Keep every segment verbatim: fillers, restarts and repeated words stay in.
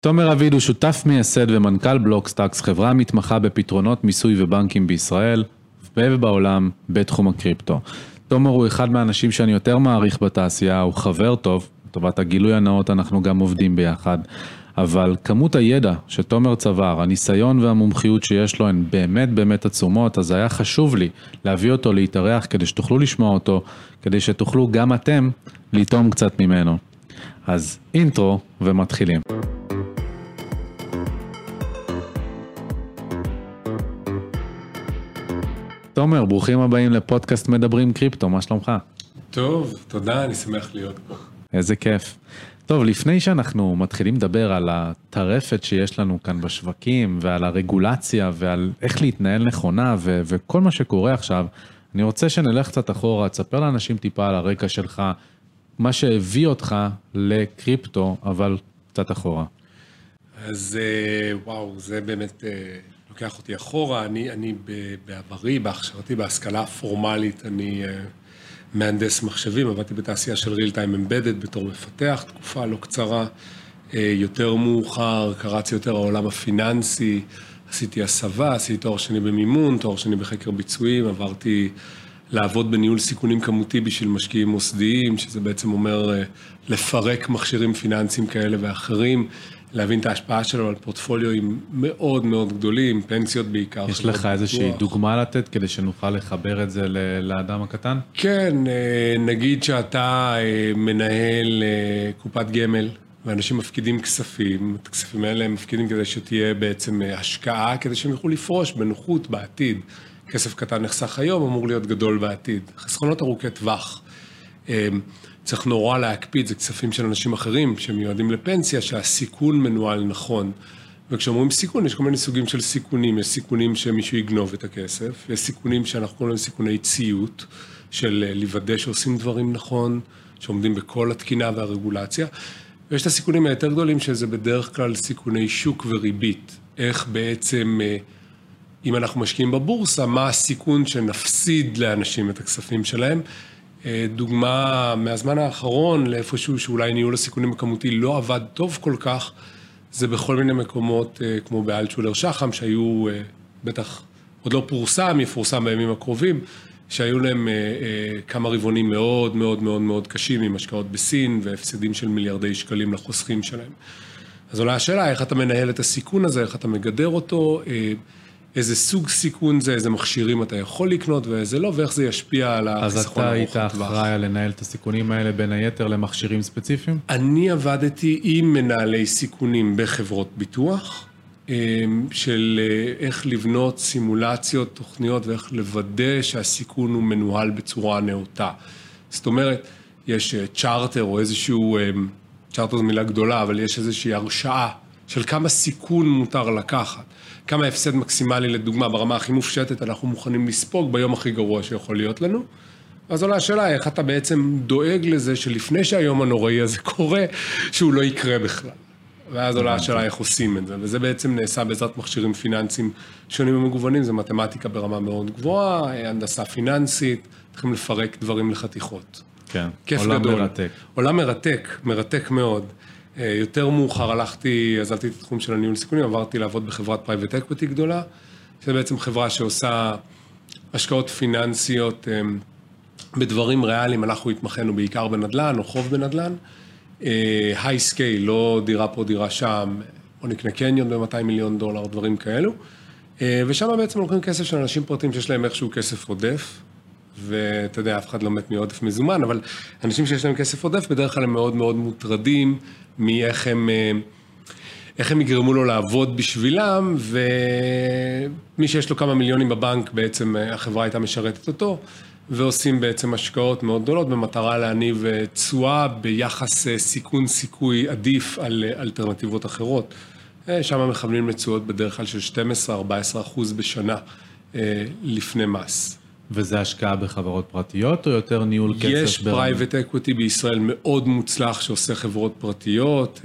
תומר אביד הוא שותף מייסד ומנכ"ל בלוקסטאקס, חברה המתמחה בפתרונות מיסוי ובנקים בישראל ובעולם בתחום הקריפטו. תומר הוא אחד מהאנשים שאני יותר מעריך בתעשייה, הוא חבר טוב, לטובת הגילוי הנאות אנחנו גם עובדים ביחד, אבל כמות הידע שתומר צבר, הניסיון והמומחיות שיש לו הן באמת באמת עצומות, אז היה חשוב לי להביא אותו להתארח כדי שתוכלו לשמוע אותו, כדי שתוכלו גם אתם לטעום קצת ממנו. אז אינטרו ומתחילים. תומר, ברוכים הבאים לפודקאסט מדברים קריפטו, מה שלומך? טוב, תודה, אני שמח להיות פה. איזה כיף. טוב, לפני שאנחנו מתחילים לדבר על הטרפת שיש לנו כאן בשווקים, ועל הרגולציה, ועל איך להתנהל נכונה, ו- וכל מה שקורה עכשיו, אני רוצה שנלך קצת אחורה, תספר לאנשים טיפה על הרקע שלך, מה שהביא אותך לקריפטו, אבל קצת אחורה. אז וואו, זה באמת לוקח אותי אחורה. אני, אני בעברי, בהכשרתי, בהשכלה פורמלית, אני מהנדס מחשבים, עבדתי בתעשייה של real time embedded בתור מפתח, תקופה לא קצרה, יותר מאוחר, קראתי יותר העולם הפיננסי, עשיתי הסבה, עשיתי תואר שני במימון, תואר שני בחקר ביצועים, עברתי לעבוד בניהול סיכונים כמותי בשביל משקיעים מוסדיים, שזה בעצם אומר לפרק מכשירים פיננסיים כאלה ואחרים, להבין את ההשפעה שלו על פורטפוליואים מאוד מאוד גדולים, פנסיות בעיקר. יש לך איזושהי דוגמה לתת כדי שנוכל לחבר את זה לאדם הקטן? כן, נגיד שאתה מנהל קופת גמל, ואנשים מפקידים כספים, את הכספים האלה הם מפקידים כדי שתהיה בעצם השקעה, כדי שהם יוכלו לפרוש בנוחות בעתיד. כסף קטן נחסך היום, אמור להיות גדול בעתיד. חסכונות ארוכי טווח. צריך נורא להקפיד, זה כספים של אנשים אחרים שמיועדים לפנסיה, שהסיכון מנוהל נכון. וכשאומרים סיכון, יש כל מיני סוגים של סיכונים. יש סיכונים שמישהו יגנוב את הכסף, יש סיכונים שאנחנו קוראים להם סיכוני ציות, של לוודא שעושים דברים נכון, שעומדים בכל התקינה והרגולציה. ויש את הסיכונים היותר גדולים, שזה בדרך כלל סיכוני שוק וריבית. איך בעצם, אם אנחנו משקיעים בבורסה, מה הסיכון שנפסיד לאנשים את הכספים שלהם. דוגמה מהזמן האחרון, לאיפשהו שאולי ניהול הסיכונים הכמותי לא עבד טוב כל כך, זה בכל מיני מקומות כמו באלטשולר שחם, שהיו בטח עוד לא פורסם, יפורסם בימים הקרובים, שהיו להם כמה רבעונים מאוד מאוד מאוד מאוד קשים עם השקעות בסין, והפסדים של מיליארדי שקלים לחוסכים שלהם. אז עולה השאלה, איך אתה מנהל את הסיכון הזה, איך אתה מגדר אותו, איזה סוג סיכון זה, איזה מכשירים אתה יכול לקנות ואיזה לא, ואיך זה ישפיע על החיסכון ארוך הטווח. אז אתה היית אחראי לנהל את הסיכונים האלה בין היתר למכשירים ספציפיים? אני עבדתי עם מנהלי סיכונים בחברות ביטוח, של איך לבנות סימולציות, תוכניות, ואיך לוודא שהסיכון הוא מנוהל בצורה נאותה. זאת אומרת, יש צ'ארטר או איזשהו, צ'ארטר זו מילה גדולה, אבל יש איזושהי הרשאה של כמה סיכון מותר לקחת. כמה הפסד מקסימלי, לדוגמה, ברמה הכי מופשטת, אנחנו מוכנים לספוג ביום הכי גרוע שיכול להיות לנו. אז עולה השאלה, איך אתה בעצם דואג לזה שלפני שהיום הנוראי הזה קורה, שהוא לא יקרה בכלל. ואז עולה השאלה איך עושים את זה. וזה בעצם נעשה בעזרת מכשירים פיננסיים שונים ומגוונים, זה מתמטיקה ברמה מאוד גבוהה, הנדסה פיננסית, צריכים לפרק דברים לחתיכות. כן, כיף עולם גדול. מרתק. עולם מרתק, מרתק מאוד. יותר מאוחר הלכתי, עזבתי את התחום של הניהול סיכונים, עברתי לעבוד בחברת פרייבט אקוויטי גדולה, שזה בעצם חברה שעושה השקעות פיננסיות בדברים ריאליים, אנחנו התמחנו בעיקר בנדלן או חוב בנדלן, היי סקייל, לא דירה פה, דירה שם, או נקנה קניון ב-מאתיים מיליון דולר, דברים כאלו, ושם בעצם לוקחים כסף של אנשים פרטיים שיש להם איכשהו כסף עודף, ואתה יודע, אף אחד לא מת מעודף מזומן, אבל אנשים שיש להם כסף עודף, בדרך כלל הם מאוד מאוד מוטרדים מאיך הם, איך הם יגרמו לו לעבוד בשבילם, ומי שיש לו כמה מיליונים בבנק, בעצם החברה הייתה משרתת אותו, ועושים בעצם השקעות מאוד גדולות, במטרה להניב תשואה ביחס סיכון סיכוי עדיף על אלטרנטיבות אחרות. שם מכוונים לתשואות בדרך כלל של שתים עשרה עד ארבע עשרה אחוז בשנה לפני מס. וזה השקעה בחברות פרטיות או יותר ניהול כסף? יש פרייבט אקוויטי בישראל מאוד מוצלח שעושה חברות פרטיות,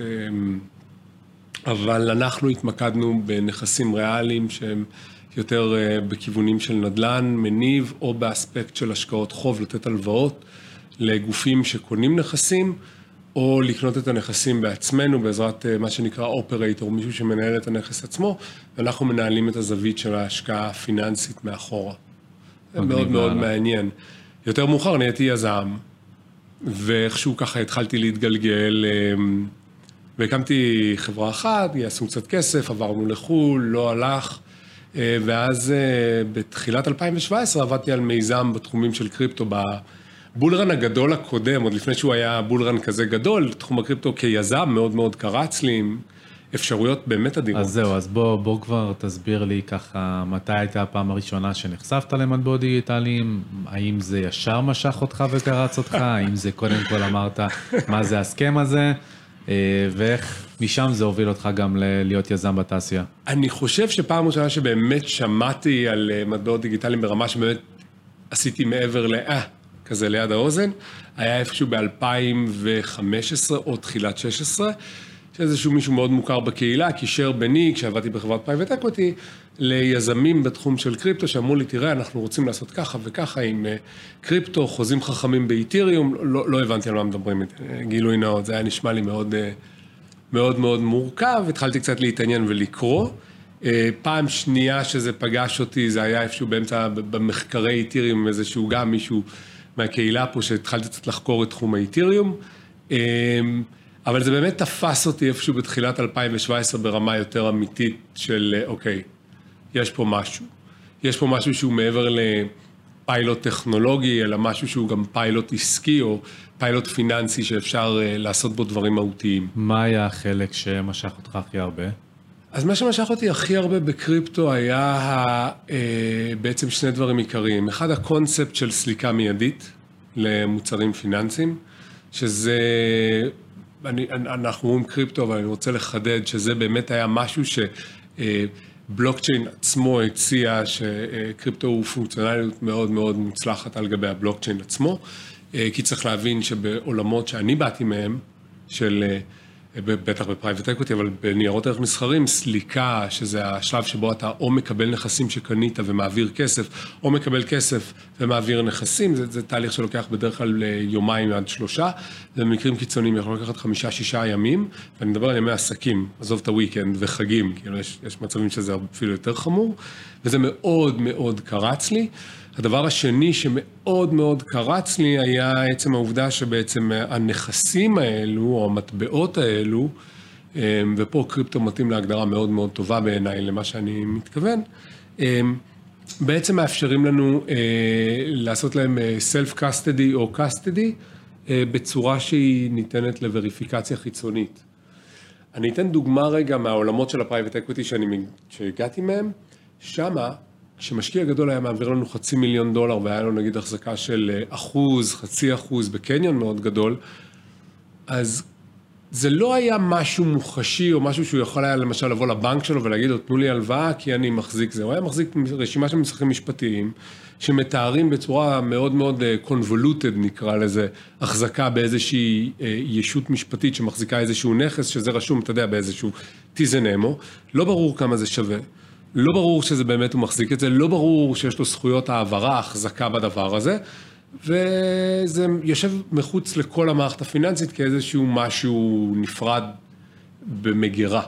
אבל אנחנו התמקדנו בנכסים ריאליים שהם יותר בכיוונים של נדל"ן, מניב, או באספקט של השקעות חוב, לתת הלוואות לגופים שקונים נכסים, או לקנות את הנכסים בעצמנו, בעזרת מה שנקרא אופרייטור, מישהו שמנהל את הנכס עצמו, ואנחנו מנהלים את הזווית של ההשקעה הפיננסית מאחורה. זה מאוד מאוד מעניין. יותר מאוחר נהייתי יזם, ואיכשהו ככה התחלתי להתגלגל, והקמתי חברה אחת, גייסנו קצת כסף, עברנו לחול, לא הלך, ואז בתחילת אלפיים שבע עשרה עבדתי על מיזם בתחומים של קריפטו, בבולרן הגדול הקודם, עוד לפני שהוא היה בולרן כזה גדול, תחום הקריפטו כיזם מאוד מאוד קרץ לי, עם אפשרויות באמת אדירות. אז זהו, אז בוא, בוא כבר תסביר לי ככה, מתי הייתה הפעם הראשונה שנחשפת למטבעות דיגיטליים, האם זה ישר משך אותך וקרץ אותך, האם זה קודם כל אמרת מה זה הסכם הזה, ואיך משם זה הוביל אותך גם להיות יזם בתעשייה? אני חושב שפעם ראשונה שבאמת שמעתי על מטבעות דיגיטליים ברמה שבאמת עשיתי מעבר לאה, כזה ליד האוזן, היה איפשהו ב-אלפיים וחמש עשרה או תחילת שש עשרה, שאיזשהו מישהו מאוד מוכר בקהילה, קישר ביני, כשעבדתי בחברת פרייבט אקוויטי, ליזמים בתחום של קריפטו, שאמרו לי, תראה, אנחנו רוצים לעשות ככה וככה עם קריפטו, חוזים חכמים באיתריום, לא, לא הבנתי על מה מדברים, גילוי נאות, זה היה נשמע לי מאוד, מאוד מאוד מורכב, התחלתי קצת להתעניין ולקרוא, פעם שנייה שזה פגש אותי, זה היה איפשהו באמצע, במחקרי איתריום, איזשהו גם מישהו מהקהילה פה, שהתחלתי קצת לחקור את תחום האיתריום, אבל זה באמת תפס אותי איפשהו בתחילת אלפיים שבע עשרה ברמה יותר אמיתית של, אוקיי, יש פה משהו. יש פה משהו שהוא מעבר לפיילוט טכנולוגי, אלא משהו שהוא גם פיילוט עסקי או פיילוט פיננסי שאפשר לעשות בו דברים מהותיים. מה היה החלק שמשך אותך הכי הרבה? אז מה שמשך אותי הכי הרבה בקריפטו היה בעצם שני דברים עיקריים. אחד, הקונספט של סליקה מיידית למוצרים פיננסיים, שזה... אני, אנחנו רואים קריפטו, אבל אני רוצה לחדד שזה באמת היה משהו שבלוקצ'יין עצמו הציע, שקריפטו הוא פונקציונליות מאוד מאוד מוצלחת על גבי הבלוקצ'יין עצמו, כי צריך להבין שבעולמות שאני באתי מהם, של בטח בפרייבט אקוויטי, אבל בניירות ערך מסחרים, סליקה, שזה השלב שבו אתה או מקבל נכסים שקנית ומעביר כסף, או מקבל כסף ומעביר נכסים, זה, זה תהליך שלוקח בדרך כלל יומיים עד שלושה, ובמקרים קיצוניים יכול לקחת חמישה, שישה ימים, ואני מדבר על ימי עסקים, עזוב את הוויקנד וחגים, כאילו יש, יש מצבים שזה אפילו יותר חמור, וזה מאוד מאוד קרץ לי. הדבר השני שמאוד מאוד קרץ לי היה עצם העובדה שבעצם הנכסים האלו, או המטבעות האלו, ופה קריפטו מתאים להגדרה מאוד מאוד טובה בעיניי למה שאני מתכוון, בעצם מאפשרים לנו לעשות להם self-custody או custody בצורה שהיא ניתנת לווריפיקציה חיצונית. אני אתן דוגמה רגע מהעולמות של הפרייבט אקוויטי שהגעתי מהם, שמה, כשמשקיע גדול היה מעביר לנו חצי מיליון דולר, והיה לו נגיד החזקה של אחוז, חצי אחוז, בקניון מאוד גדול, אז זה לא היה משהו מוחשי, או משהו שהוא יכול היה למשל לבוא לבנק שלו ולהגיד לו, תנו לי הלוואה, כי אני מחזיק זה. הוא היה מחזיק רשימה של מסמכים משפטיים, שמתארים בצורה מאוד מאוד convoluted, נקרא לזה, החזקה באיזושהי ישות משפטית, שמחזיקה איזשהו נכס, שזה רשום, אתה יודע, באיזשהו טיזנמו, לא ברור כמה זה שווה. לא ברור שזה באמת הוא מחזיק את זה, לא ברור שיש לו זכויות העברה, החזקה בדבר הזה, וזה יושב מחוץ לכל המערכת הפיננסית כאיזשהו משהו נפרד במגירה.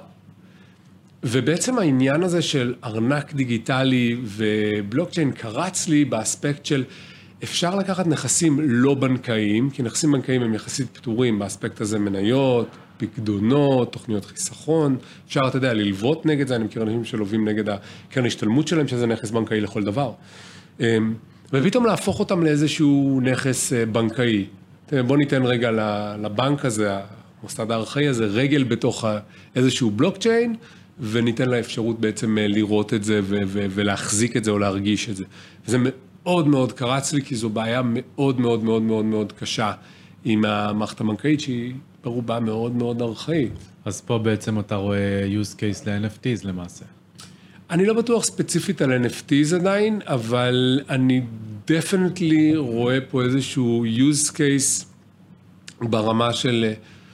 ובעצם העניין הזה של ארנק דיגיטלי ובלוקצ'יין קרץ לי באספקט של אפשר לקחת נכסים לא בנקאיים, כי נכסים בנקאיים הם יחסית פטורים באספקט הזה מניות, פקדונות, תוכניות חיסכון, אפשר, אתה יודע, ללוות נגד זה, אני מכיר אנשים שלובים נגד הקרן השתלמות שלהם, שזה נכס בנקאי לכל דבר. ופתאום להפוך אותם לאיזשהו נכס בנקאי. בוא ניתן רגע לבנק הזה, המוסד הארכאי הזה, רגל בתוך איזשהו בלוקצ'יין, וניתן לה אפשרות בעצם לראות את זה ולהחזיק את זה או להרגיש את זה. וזה מאוד מאוד קרץ לי, כי זו בעיה מאוד מאוד מאוד מאוד מאוד קשה עם המערכת הבנקאית, שהיא ברובה מאוד מאוד ארכאית. אז פה בעצם אתה רואה use case ל-אן אף טיז למעשה. אני לא בטוח ספציפית על אן אף טיז עדיין, אבל אני definitely רואה פה איזשהו use case ברמה של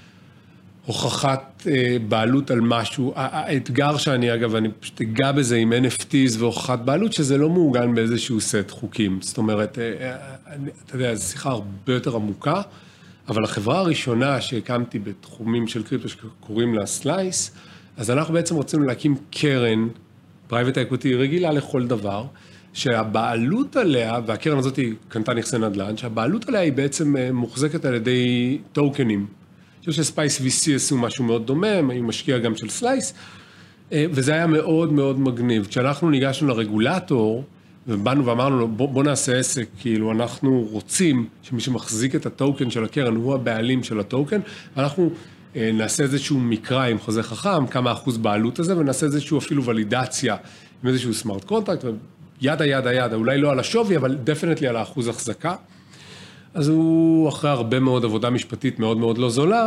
הוכחת בעלות על משהו. האתגר שאני, אגב, אני פשוט אגע בזה עם אן אף טיז והוכחת בעלות, שזה לא מעוגן באיזשהו סט חוקים. זאת אומרת, אתה יודע, זו שיחה הרבה יותר עמוקה, אבל החברה הראשונה שהקמתי בתחומים של קריפטו שקוראים לה סלייס, אז אנחנו בעצם רצינו להקים קרן, פרייבט אקוויטי רגילה לכל דבר, שהבעלות עליה, והקרן הזאת היא קנתה נכסי נדל"ן, שהבעלות עליה היא בעצם מוחזקת על ידי טוקנים. אני חושב שספייס וי סי עשו משהו מאוד דומה, הם משקיע גם של סלייס, וזה היה מאוד מאוד מגניב. כשאנחנו ניגשנו לרגולטור, ובאנו ואמרנו לו, בוא, בוא נעשה עסק, כאילו אנחנו רוצים שמי שמחזיק את הטוקן של הקרן הוא הבעלים של הטוקן, ואנחנו נעשה איזשהו מקרא עם חוזה חכם, כמה אחוז בעלות הזה, ונעשה איזשהו אפילו ולידציה עם איזשהו סמארט קונטרקט, ידה ידה ידה, אולי לא על השווי, אבל דפנטלי על האחוז החזקה. אז הוא, אחרי הרבה מאוד עבודה משפטית מאוד מאוד לא זולה,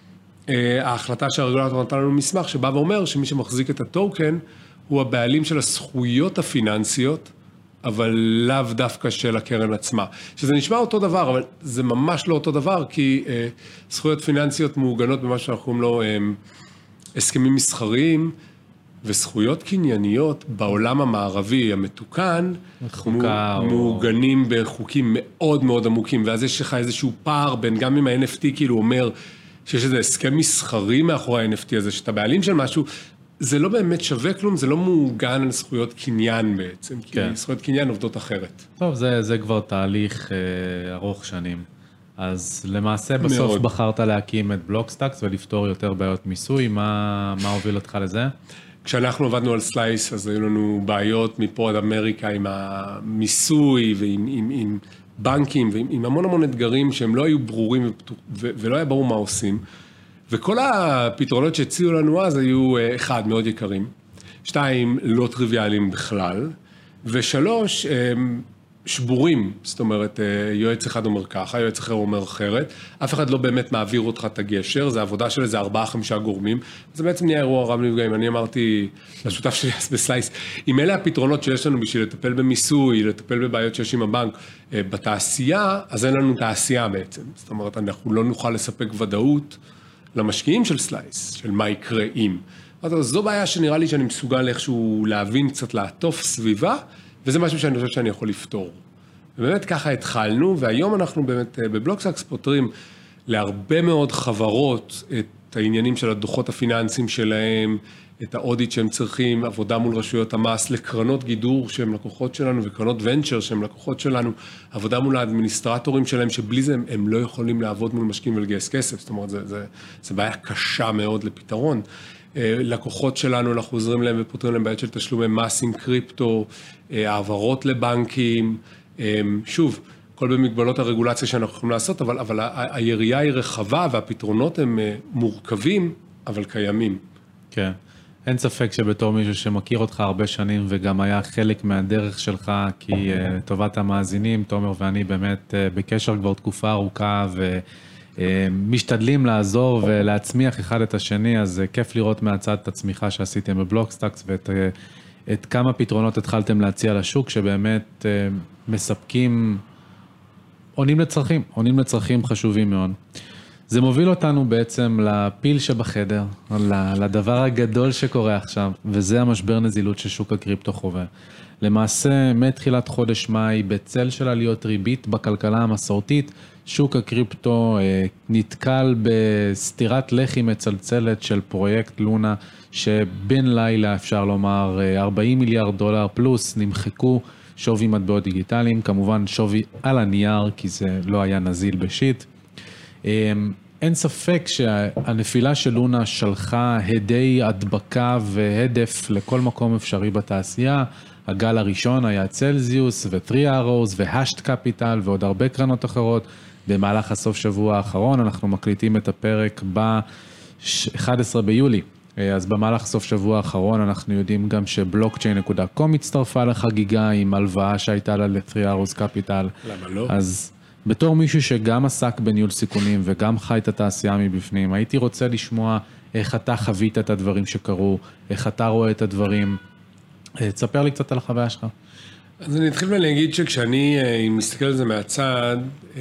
ההחלטה שהרגולטור נתן לנו מסמך, שבא ואומר שמי שמחזיק את הטוקן, הוא הבעלים של הזכויות הפיננסיות, אבל לאו דווקא של הקרן עצמה. שזה נשמע אותו דבר, אבל זה ממש לא אותו דבר, כי אה, זכויות פיננסיות מעוגנות במה שאנחנו קוראים לו אה, הסכמים מסחריים, וזכויות קנייניות בעולם המערבי המתוקן, חוקה או... מעוגנים בחוקים מאוד מאוד עמוקים, ואז יש לך איזשהו פער בין, גם אם ה-אן אף טי כאילו אומר, שיש איזה הסכם מסחרי מאחורי ה-אן אף טי הזה, שאתה בעלים של משהו, זה לא באמת שווה כלום, זה לא מעוגן על זכויות קניין בעצם, כן. כי זכויות קניין עובדות אחרת. טוב, זה, זה כבר תהליך אה, ארוך שנים. אז למעשה בסוף מאוד. בחרת להקים את בלוקסטאקס ולפתור יותר בעיות מיסוי, מה, מה הוביל אותך לזה? כשאנחנו עבדנו על סלייס, אז היו לנו בעיות מפה עד אמריקה עם המיסוי ועם עם, עם בנקים ועם עם המון המון אתגרים שהם לא היו ברורים ו, ולא היה ברור מה עושים. וכל הפתרונות שהציעו לנו אז היו, אחד, מאוד יקרים, שתיים, לא טריוויאליים בכלל, ושלוש, שבורים, זאת אומרת, יועץ אחד אומר ככה, יועץ אחר אומר אחרת, אף אחד לא באמת מעביר אותך את הגשר, זה עבודה של איזה ארבעה, חמישה גורמים, זה בעצם נהיה אירוע רב נפגעים. אני אמרתי לשותף שלי בסלייס, אם אלה הפתרונות שיש לנו בשביל לטפל במיסוי, לטפל בבעיות שיש עם הבנק, בתעשייה, אז אין לנו תעשייה בעצם, זאת אומרת, אנחנו לא נוכל לספק ודאות, למשקיעים של סלייס, של מה יקרה אם. אז זו בעיה שנראה לי שאני מסוגל איכשהו להבין קצת, לעטוף סביבה, וזה משהו שאני חושב שאני יכול לפתור. ובאמת ככה התחלנו, והיום אנחנו באמת בבלוקסטאקס פותרים להרבה מאוד חברות את העניינים של הדוחות הפיננסיים שלהם, את האודיט שהם צריכים, עבודה מול רשויות המס, לקרנות גידור שהם לקוחות שלנו, וקרנות ונצ'ר שהם לקוחות שלנו, עבודה מול האדמיניסטרטורים שלהם, שבלי זה הם, הם לא יכולים לעבוד מול משקיעים ולגייס כסף, זאת אומרת, זה, זה, זה בעיה קשה מאוד לפתרון. לקוחות שלנו, אנחנו עוזרים להם ופותרים להם בעיות של תשלומי מס עם קריפטו, העברות לבנקים, שוב, כל במגבלות הרגולציה שאנחנו יכולים לעשות, אבל, אבל היריעה היא רחבה והפתרונות הם מורכבים, אבל קיימים. כן. אין ספק שבתור מישהו שמכיר אותך הרבה שנים וגם היה חלק מהדרך שלך, כי לטובת המאזינים, תומר ואני באמת בקשר כבר תקופה ארוכה ומשתדלים לעזור ולהצמיח אחד את השני, אז כיף לראות מהצד את הצמיחה שעשיתם בבלוקסטאקס ואת את כמה פתרונות התחלתם להציע לשוק שבאמת מספקים, עונים לצרכים, עונים לצרכים חשובים מאוד. זה מוביל אותנו בעצם לפיל שבחדר, לדבר הגדול שקורה עכשיו, וזה המשבר נזילות ששוק הקריפטו חווה. למעשה, מתחילת חודש מאי, בצל של עליות ריבית בכלכלה המסורתית, שוק הקריפטו אה, נתקל בסתירת לחי מצלצלת של פרויקט לונה, שבין לילה אפשר לומר ארבעים מיליארד דולר פלוס נמחקו שווי מטבעות דיגיטליים, כמובן שווי על הנייר, כי זה לא היה נזיל בשיט. אין ספק שהנפילה של לונה שלחה הדי הדבקה והדף לכל מקום אפשרי בתעשייה. הגל הראשון היה צלזיוס ו-Three Arrows ו-Hashed Capital ועוד הרבה קרנות אחרות. במהלך הסוף שבוע האחרון אנחנו מקליטים את הפרק ב-אחד עשר ביולי. אז במהלך סוף שבוע האחרון אנחנו יודעים גם שבלוקצ'יין נקודה קום הצטרפה לחגיגה עם הלוואה שהייתה לה ל-Three Arrows Capital. למה לא? אז בתור מישהו שגם עסק בניהול סיכונים וגם חי את התעשייה מבפנים, הייתי רוצה לשמוע איך אתה חווית את הדברים שקרו, איך אתה רואה את הדברים. תספר לי קצת על החוויה שלך. אז אני אתחיל ולהגיד שכשאני מסתכל על זה מהצד,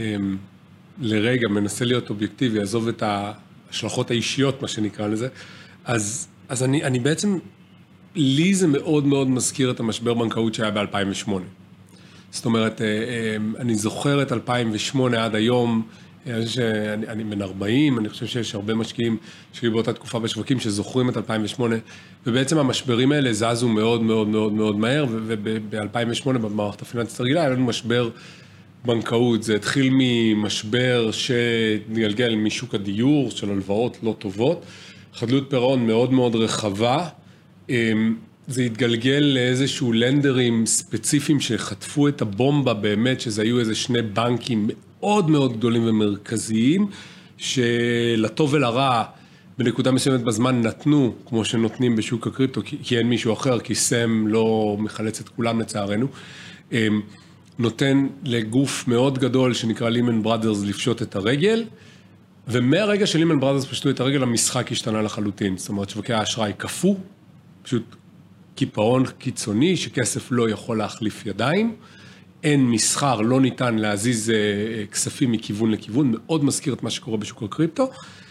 לרגע מנסה להיות אובייקטיבי, עזוב את ההשלכות האישיות, מה שנקרא לזה, אז, אז אני, אני בעצם, לי זה מאוד מאוד מזכיר את המשבר בנקאות שהיה ב-אלפיים ושמונה. זאת אומרת, אני זוכר את אלפיים ושמונה עד היום, יש, אני, אני בן ארבעים, אני חושב שיש הרבה משקיעים שהיו באותה תקופה בשווקים שזוכרים את אלפיים ושמונה, ובעצם המשברים האלה זזו מאוד מאוד מאוד מאוד מהר, וב-אלפיים ושמונה במערכת הפיננסית הרגילה היה לנו משבר בנקאות, זה התחיל ממשבר שנגלגל משוק הדיור של הלוואות לא טובות, חדלות פירעון מאוד מאוד רחבה, זה התגלגל לאיזשהו לנדרים ספציפיים שחטפו את הבומבה באמת, שזה היו איזה שני בנקים מאוד מאוד גדולים ומרכזיים, שלטוב ולרע בנקודה מסוימת בזמן נתנו, כמו שנותנים בשוק הקריפטו, כי אין מישהו אחר, כי סם לא מחלץ את כולם לצערנו, נותן לגוף מאוד גדול שנקרא לימן בראדרס לפשוט את הרגל, ומהרגע של לימן בראדרס פשטו את הרגל, המשחק השתנה לחלוטין. זאת אומרת, שווקי האשראי קפו, פשוט קיפאון קיצוני, שכסף לא יכול להחליף ידיים, אין מסחר, לא ניתן להזיז כספים מכיוון לכיוון, מאוד מזכיר את מה שקורה בשוק הקריפטו,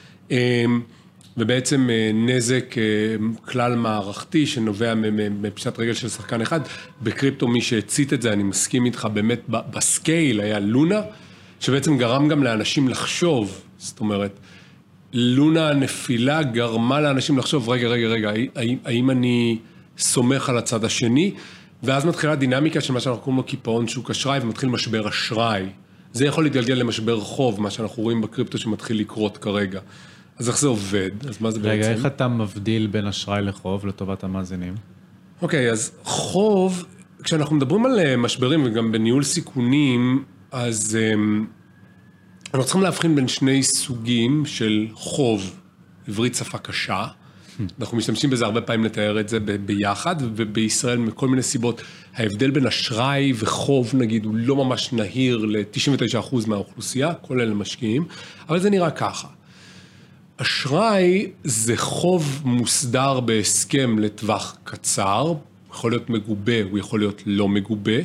ובעצם נזק כלל מערכתי שנובע מפשיטת רגל של שחקן אחד, בקריפטו מי שהצית את זה, אני מסכים איתך באמת, בסקייל היה לונה, שבעצם גרם גם לאנשים לחשוב, זאת אומרת, לונה הנפילה גרמה לאנשים לחשוב, רגע, רגע, רגע, האם, האם אני סומך על הצד השני, ואז מתחילה דינמיקה של מה שאנחנו קוראים לו קיפאון שוק אשראי, ומתחיל משבר אשראי. זה יכול להתגלגל למשבר חוב, מה שאנחנו רואים בקריפטו שמתחיל לקרות כרגע. אז איך זה עובד? אז מה זה בעצם? רגע, איך אתה מבדיל בין אשראי לחוב לטובת המאזינים? אוקיי, אז חוב, כשאנחנו מדברים על משברים וגם בניהול סיכונים, אז אנחנו צריכים להבחין בין שני סוגים של חוב, עברית שפה קשה, אנחנו משתמשים בזה הרבה פעמים לתאר את זה ביחד, ובישראל מכל מיני סיבות, ההבדל בין אשראי וחוב נגיד הוא לא ממש נהיר ל-תשעים ותשעה אחוז מהאוכלוסייה, כולל משקיעים, אבל זה נראה ככה. אשראי זה חוב מוסדר בהסכם לטווח קצר, יכול להיות מגובה, הוא יכול להיות לא מגובה,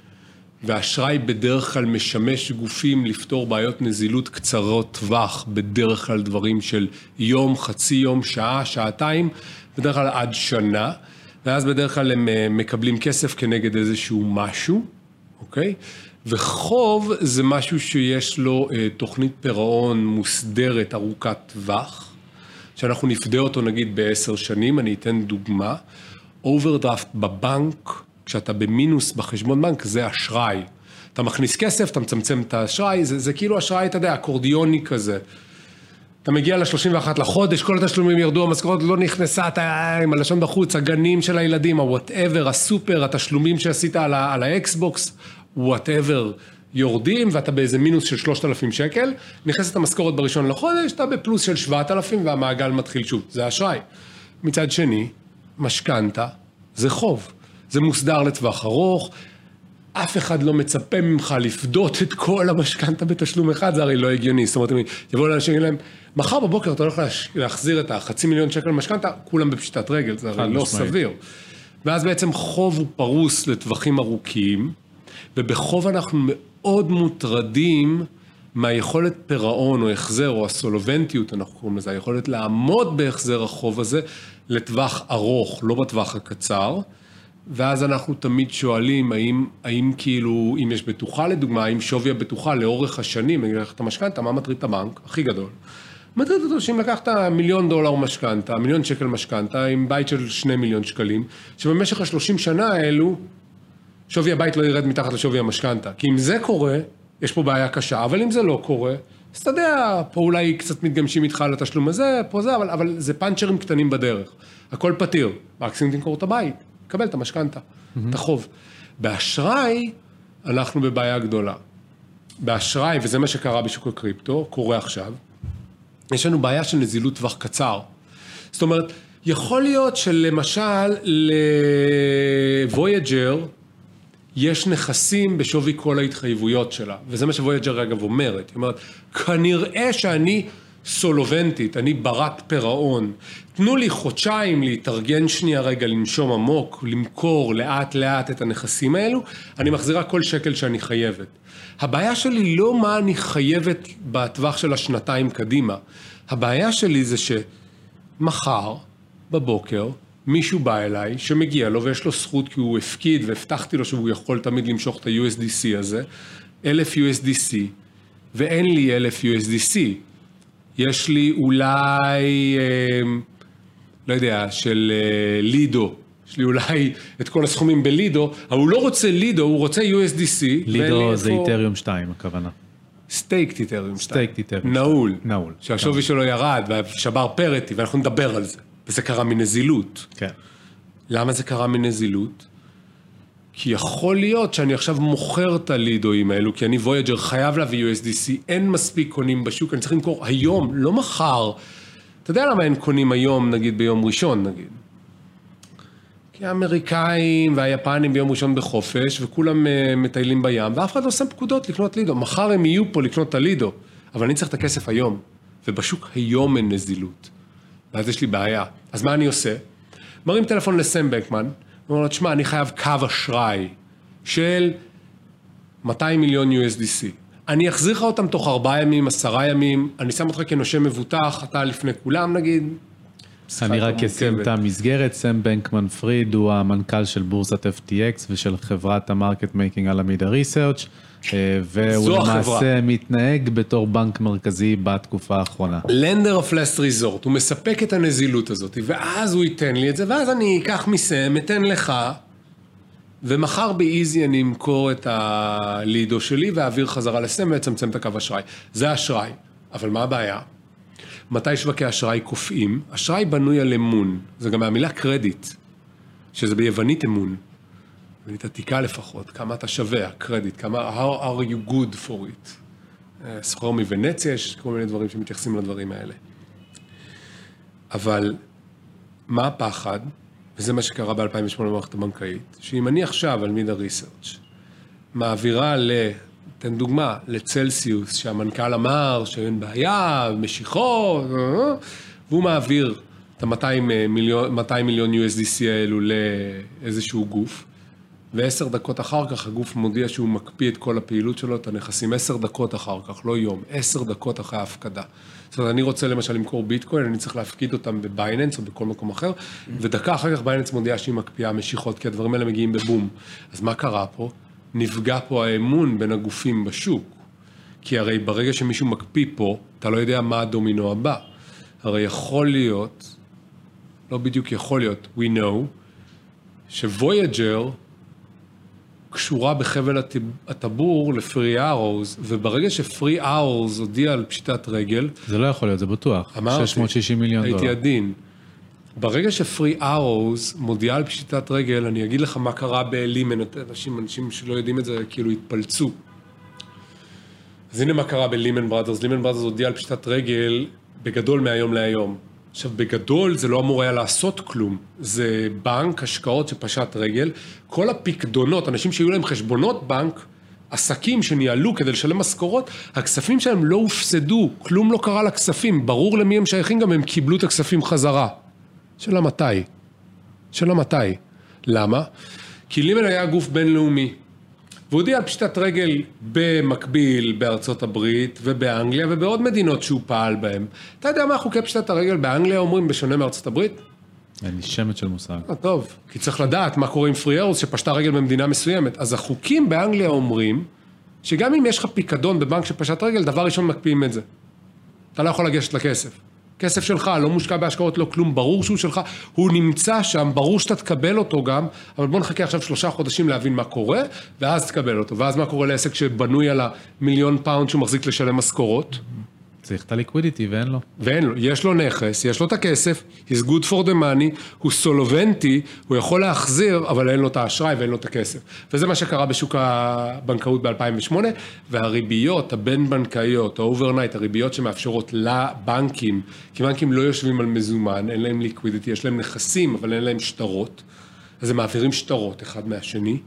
והאשראי בדרך כלל משמש גופים לפתור בעיות נזילות קצרות טווח, בדרך כלל דברים של יום, חצי יום, שעה, שעתיים, בדרך כלל עד שנה, ואז בדרך כלל הם מקבלים כסף כנגד איזשהו משהו, אוקיי? וחוב זה משהו שיש לו תוכנית פירעון מוסדרת ארוכת טווח, שאנחנו נפדה אותו נגיד בעשר שנים, אני אתן דוגמה, אוברדרפט בבנק, כשאתה במינוס בחשבון בנק, זה אשראי. אתה מכניס כסף, אתה מצמצם את האשראי, זה, זה כאילו אשראי, אתה יודע, אקורדיוני כזה. אתה מגיע ל-שלושים ואחד לחודש, כל התשלומים ירדו, המשכורת לא נכנסה, אתה עם הלשון בחוץ, הגנים של הילדים, ה-whatever, הסופר, התשלומים שעשית על, על האקסבוקס, whatever, יורדים, ואתה באיזה מינוס של שלושת אלפים שקל, נכנסת המשכורת בראשון לחודש, אתה בפלוס של שבעת אלפים, והמעגל מתחיל שוב. זה אשראי. מצד שני, משכנתה, זה חוב. זה מוסדר לטווח ארוך, אף אחד לא מצפה ממך לפדות את כל המשכנתה בתשלום אחד, זה הרי לא הגיוני. זאת אומרת, אם יבואו לאנשים להם, מחר בבוקר אתה הולך להחזיר את החצי מיליון שקל משכנתה, כולם בפשיטת רגל, זה הרי לא סביר. ואז בעצם חוב הוא פרוס לטווחים ארוכים, ובחוב אנחנו מאוד מוטרדים מהיכולת פירעון או החזר או הסולובנטיות, אנחנו קוראים לזה, היכולת לעמוד בהחזר החוב הזה לטווח ארוך, לא בטווח הקצר, ואז אנחנו תמיד שואלים, האם, האם כאילו, אם יש בטוחה לדוגמה, האם שווי הבטוחה לאורך השנים, אני אגיד לך את המשכנתה, מה מטריד את הבנק? הכי גדול. מטריד אותו שאם לקחת מיליון דולר משכנתה, מיליון שקל משכנתה, עם בית של שני מיליון שקלים, שבמשך השלושים שנה האלו, שווי הבית לא ירד מתחת לשווי המשכנתה. כי אם זה קורה, יש פה בעיה קשה, אבל אם זה לא קורה, אז אתה יודע, פה אולי קצת מתגמשים איתך על התשלום הזה, פה זה, אבל, אבל זה פאנצ'רים קטנים בדרך. הכל פתיר. מקסימום תמכור את הבית. קבל את המשכנתה, mm-hmm. את החוב. באשראי, אנחנו בבעיה גדולה. באשראי, וזה מה שקרה בשוק הקריפטו, קורה עכשיו, יש לנו בעיה של נזילות טווח קצר. זאת אומרת, יכול להיות שלמשל, לוויג'ר, יש נכסים בשווי כל ההתחייבויות שלה, וזה מה שוויג'ר אגב אומרת. היא אומרת, כנראה שאני סולובנטית, אני ברת פירעון, תנו לי חודשיים להתארגן שנייה רגע, לנשום עמוק, למכור לאט לאט את הנכסים האלו, אני מחזירה כל שקל שאני חייבת. הבעיה שלי לא מה אני חייבת בטווח של השנתיים קדימה, הבעיה שלי זה שמחר בבוקר מישהו בא אליי שמגיע לו ויש לו זכות כי הוא הפקיד והבטחתי לו שהוא יכול תמיד למשוך את ה-יו אס די סי הזה, אלף יו אס די סי, ואין לי אלף יו אס די סי. יש לי אולי, לא יודע, של לידו. יש לי אולי את כל הסכומים בלידו, אבל הוא לא רוצה לידו, הוא רוצה יו אס די סי. לידו זה איתריום שתיים, הכוונה. סטייקט איתריום שתיים. סטייקט איתריום. נעול. נעול. שהשווי שלו ירד, ושבר פרטי, ואנחנו נדבר על זה. וזה קרה מנזילות. כן. למה זה קרה מנזילות? כי יכול להיות שאני עכשיו מוכר את הלידואים האלו, כי אני וויג'ר חייב להביא יו אס די סי, אין מספיק קונים בשוק, אני צריך למכור היום, לא מחר. אתה יודע למה אין קונים היום, נגיד ביום ראשון, נגיד? כי האמריקאים והיפנים ביום ראשון בחופש, וכולם מטיילים בים, ואף אחד לא שם פקודות לקנות לידו. מחר הם יהיו פה לקנות את הלידו, אבל אני צריך את הכסף היום, ובשוק היום אין נזילות. ואז יש לי בעיה. אז מה אני עושה? מרים טלפון לסם בנקמן, ואומר לו, תשמע, אני חייב קו אשראי של מאתיים מיליון יו אס די סי. אני אחזיר לך אותם תוך ארבעה ימים, עשרה ימים, אני שם אותך כנושא מבוטח, אתה לפני כולם נגיד. אני רק אשים את המסגרת, סם בנקמן פריד הוא המנכ"ל של בורסת אף טי אקס ושל חברת המרקט מייקינג אלמידה ריסרצ' והוא למעשה מתנהג בתור בנק מרכזי בתקופה האחרונה. לנדר אוף לסט ריזורט, הוא מספק את הנזילות הזאת, ואז הוא ייתן לי את זה, ואז אני אקח מסם, אתן לך, ומחר באיזי אני אמכור את הלידו שלי, ואעביר חזרה לסם ויצמצם את הקו אשראי. זה אשראי, אבל מה הבעיה? מתי שווקי אשראי קופאים? אשראי בנוי על אמון, זה גם מהמילה קרדיט, שזה ביוונית אמון. ולית עתיקה לפחות, כמה אתה שווה, הקרדיט, כמה, how are you good for it? סחור מוונציה, יש כל מיני דברים שמתייחסים לדברים האלה. אבל מה הפחד, וזה מה שקרה ב-אלפיים ושמונה במערכת הבנקאית, שאם אני עכשיו על מידה ריסרצ' מעבירה ל, תן דוגמה, לצלסיוס, שהמנכ"ל אמר שאין בעיה, משיכות, והוא מעביר את ה-מאתיים מיליון יו אס די סי האלו לאיזשהו גוף, ועשר דקות אחר כך הגוף מודיע שהוא מקפיא את כל הפעילות שלו, את הנכסים עשר דקות אחר כך, לא יום, עשר דקות אחרי ההפקדה. זאת אומרת, אני רוצה למשל למכור ביטקוין, אני צריך להפקיד אותם בבייננס או בכל מקום אחר, ודקה אחר כך בייננס מודיע שהיא מקפיאה משיכות, כי הדברים האלה מגיעים בבום. אז מה קרה פה? נפגע פה האמון בין הגופים בשוק. כי הרי ברגע שמישהו מקפיא פה, אתה לא יודע מה הדומינו הבא. הרי יכול להיות, לא בדיוק יכול להיות, we know, שוויג'ר קשורה בחבל הטבור לפרי ארוז, וברגע שפרי ארוז הודיע על פשיטת רגל, זה לא יכול להיות, זה בטוח. אמרתי, שש מאות ושישים מיליון דולר. הייתי עדין. ברגע שפרי ארוז מודיע על פשיטת רגל, אני אגיד לך מה קרה בלימן, אנשים, אנשים שלא יודעים את זה, כאילו התפלצו. אז הנה מה קרה בלימן ברדרס. לימן ברדרס הודיע על פשיטת רגל בגדול מהיום להיום. עכשיו, בגדול זה לא אמור היה לעשות כלום. זה בנק, השקעות שפשט רגל. כל הפקדונות, אנשים שהיו להם חשבונות בנק, עסקים שניהלו כדי לשלם משכורות, הכספים שלהם לא הופסדו, כלום לא קרה לכספים. ברור למי הם שייכים, גם הם קיבלו את הכספים חזרה. שאלה מתי? שאלה מתי? למה? כי לימן היה גוף בינלאומי. והוא הודיע על פשיטת רגל במקביל בארצות הברית ובאנגליה ובעוד מדינות שהוא פעל בהן. אתה יודע מה חוקי פשיטת הרגל באנגליה אומרים בשונה מארצות הברית? אין לי שמץ של מושג. טוב, כי צריך לדעת מה קורה עם פרי ארוז שפשטה רגל במדינה מסוימת. אז החוקים באנגליה אומרים שגם אם יש לך פיקדון בבנק שפשט רגל, דבר ראשון מקפיאים את זה. אתה לא יכול לגשת לכסף. כסף שלך, לא מושקע בהשקעות, לא כלום, ברור שהוא שלך, הוא נמצא שם, ברור שאתה תקבל אותו גם, אבל בוא נחכה עכשיו שלושה חודשים להבין מה קורה, ואז תקבל אותו, ואז מה קורה לעסק שבנוי על המיליון פאונד שהוא מחזיק לשלם משכורות? צריך את הליקווידיטי ואין לו. ואין לו, יש לו נכס, יש לו את הכסף, he's good for the money, הוא סולובנטי, הוא יכול להחזיר, אבל אין לו את האשראי ואין לו את הכסף. וזה מה שקרה בשוק הבנקאות ב-אלפיים ושמונה, והריביות הבין-בנקאיות, ה-overnight, הריביות שמאפשרות לבנקים, כי בנקים לא יושבים על מזומן, אין להם ליקווידיטי, יש להם נכסים, אבל אין להם שטרות, אז הם מעבירים שטרות אחד מהשני.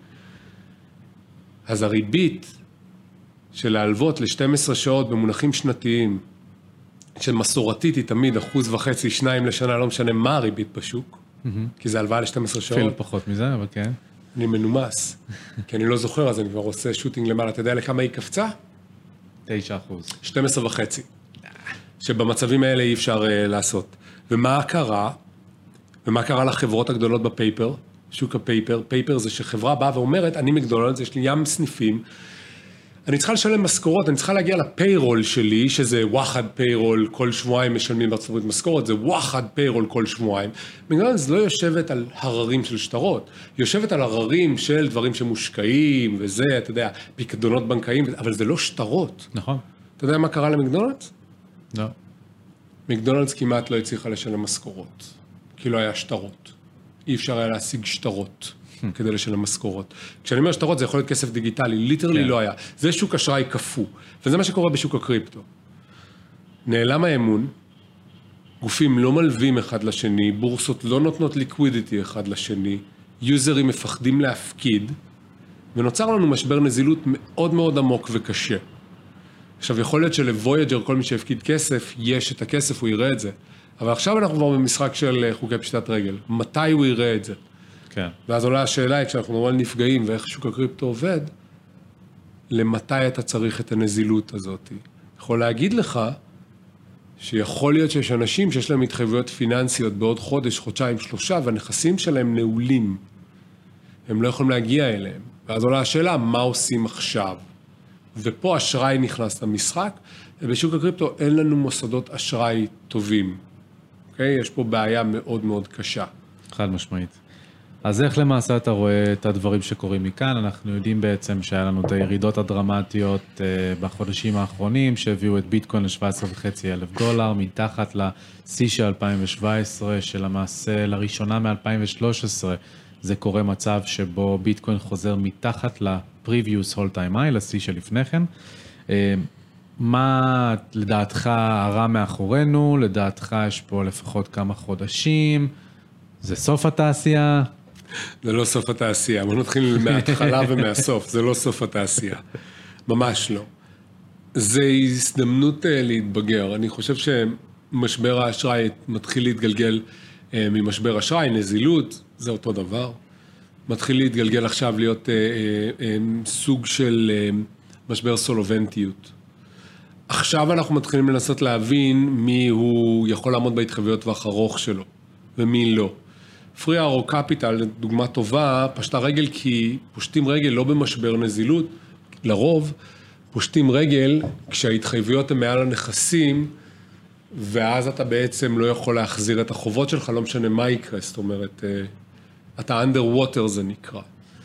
אז הריבית של להלוות ל-שתים עשרה שעות במונחים שנתיים, של מסורתית היא תמיד אחוז וחצי, שניים לשנה, לא משנה מה הריבית בשוק, mm-hmm. כי זה הלוואה ל-שתים עשרה שעות. אפילו פחות מזה, אבל כן. אני מנומס, כי אני לא זוכר, אז אני כבר עושה שוטינג למעלה. אתה יודע לכמה היא קפצה? תשע אחוז. שתים עשרה וחצי. שבמצבים האלה אי אפשר uh, לעשות. ומה קרה? ומה קרה לחברות הגדולות בפייפר? שוק הפייפר. פייפר זה שחברה באה ואומרת, אני מקדונלדס, יש לי ים סניפים, אני צריכה לשלם משכורות, אני צריכה להגיע לפיירול שלי, שזה וואחד פיירול, כל שבועיים משלמים בארצות הברית משכורות, זה וואחד פיירול כל שבועיים. מקדונלדס לא יושבת על הררים של שטרות, היא יושבת על הררים של דברים שמושקעים, וזה, אתה יודע, פיקדונות בנקאיים, אבל זה לא שטרות. נכון. אתה יודע מה קרה למקדונלדס? לא. מקדונלדס כמעט לא הצליחה לשלם משכורות, כי לא היה שטרות. אי אפשר היה להשיג שטרות. כדי לשלם משכורות. כשאני אומר שטרות, זה יכול להיות כסף דיגיטלי, ליטרלי לא היה. זה שוק אשראי כפו, וזה מה שקורה בשוק הקריפטו. נעלם האמון, גופים לא מלווים אחד לשני, בורסות לא נותנות ליקווידיטי אחד לשני, יוזרים מפחדים להפקיד, ונוצר לנו משבר נזילות מאוד מאוד עמוק וקשה. עכשיו, יכול להיות שלוויג'ר, כל מי שהפקיד כסף, יש את הכסף, הוא יראה את זה. אבל עכשיו אנחנו כבר במשחק של חוקי פשיטת רגל. מתי הוא יראה את זה? כן. ואז עולה השאלה היא, כשאנחנו מדברים על נפגעים ואיך שוק הקריפטו עובד, למתי אתה צריך את הנזילות הזאת? יכול להגיד לך שיכול להיות שיש אנשים שיש להם התחייבויות פיננסיות בעוד חודש, חודשיים, שלושה, והנכסים שלהם נעולים. הם לא יכולים להגיע אליהם. ואז עולה השאלה, מה עושים עכשיו? ופה אשראי נכנס למשחק, ובשוק הקריפטו אין לנו מוסדות אשראי טובים. אוקיי? יש פה בעיה מאוד מאוד קשה. חד משמעית. אז איך למעשה אתה רואה את הדברים שקורים מכאן? אנחנו יודעים בעצם שהיה לנו את הירידות הדרמטיות בחודשים האחרונים, שהביאו את ביטקוין ל-שבע עשרה וחצי אלף דולר, מתחת לשיא של אלפיים שבע עשרה, שלמעשה לראשונה מ-אלפיים ושלוש עשרה, זה קורה מצב שבו ביטקוין חוזר מתחת ל-previous all time high, לשיא שלפני כן. מה לדעתך הרע מאחורינו? לדעתך יש פה לפחות כמה חודשים? זה סוף התעשייה? זה לא סוף התעשייה, בוא נתחיל מההתחלה ומהסוף, זה לא סוף התעשייה, ממש לא. זה הזדמנות להתבגר, אני חושב שמשבר האשראי מתחיל להתגלגל ממשבר אשראי, נזילות, זה אותו דבר. מתחיל להתגלגל עכשיו להיות סוג של משבר סולובנטיות. עכשיו אנחנו מתחילים לנסות להבין מי הוא יכול לעמוד בהתחייבויות טווח ארוך שלו, ומי לא. פרי ארו קפיטל, דוגמה טובה, פשטה רגל כי פושטים רגל לא במשבר נזילות, לרוב פושטים רגל כשההתחייבויות הן מעל הנכסים, ואז אתה בעצם לא יכול להחזיר את החובות שלך, לא משנה מה יקרה, זאת אומרת, אתה under water זה נקרא.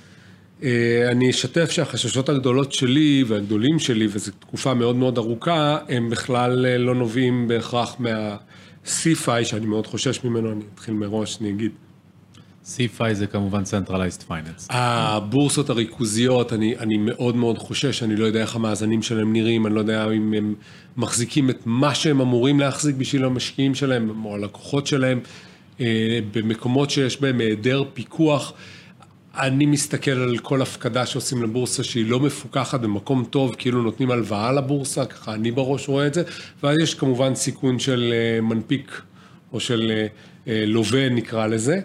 אני אשתף שהחששות הגדולות שלי והגדולים שלי, וזו תקופה מאוד מאוד ארוכה, הם בכלל לא נובעים בהכרח מה-סי אף איי, שאני מאוד חושש ממנו, אני אתחיל מראש, אני אגיד. סי אף איי זה כמובן Centralized Finance. הבורסות הריכוזיות, אני, אני מאוד מאוד חושש, אני לא יודע איך המאזנים שלהם נראים, אני לא יודע אם הם מחזיקים את מה שהם אמורים להחזיק בשביל המשקיעים שלהם, או הלקוחות שלהם, במקומות שיש בהם היעדר פיקוח. אני מסתכל על כל הפקדה שעושים לבורסה שהיא לא מפוקחת במקום טוב, כאילו נותנים הלוואה לבורסה, ככה אני בראש רואה את זה, ואז יש כמובן סיכון של מנפיק, או של לווה נקרא לזה,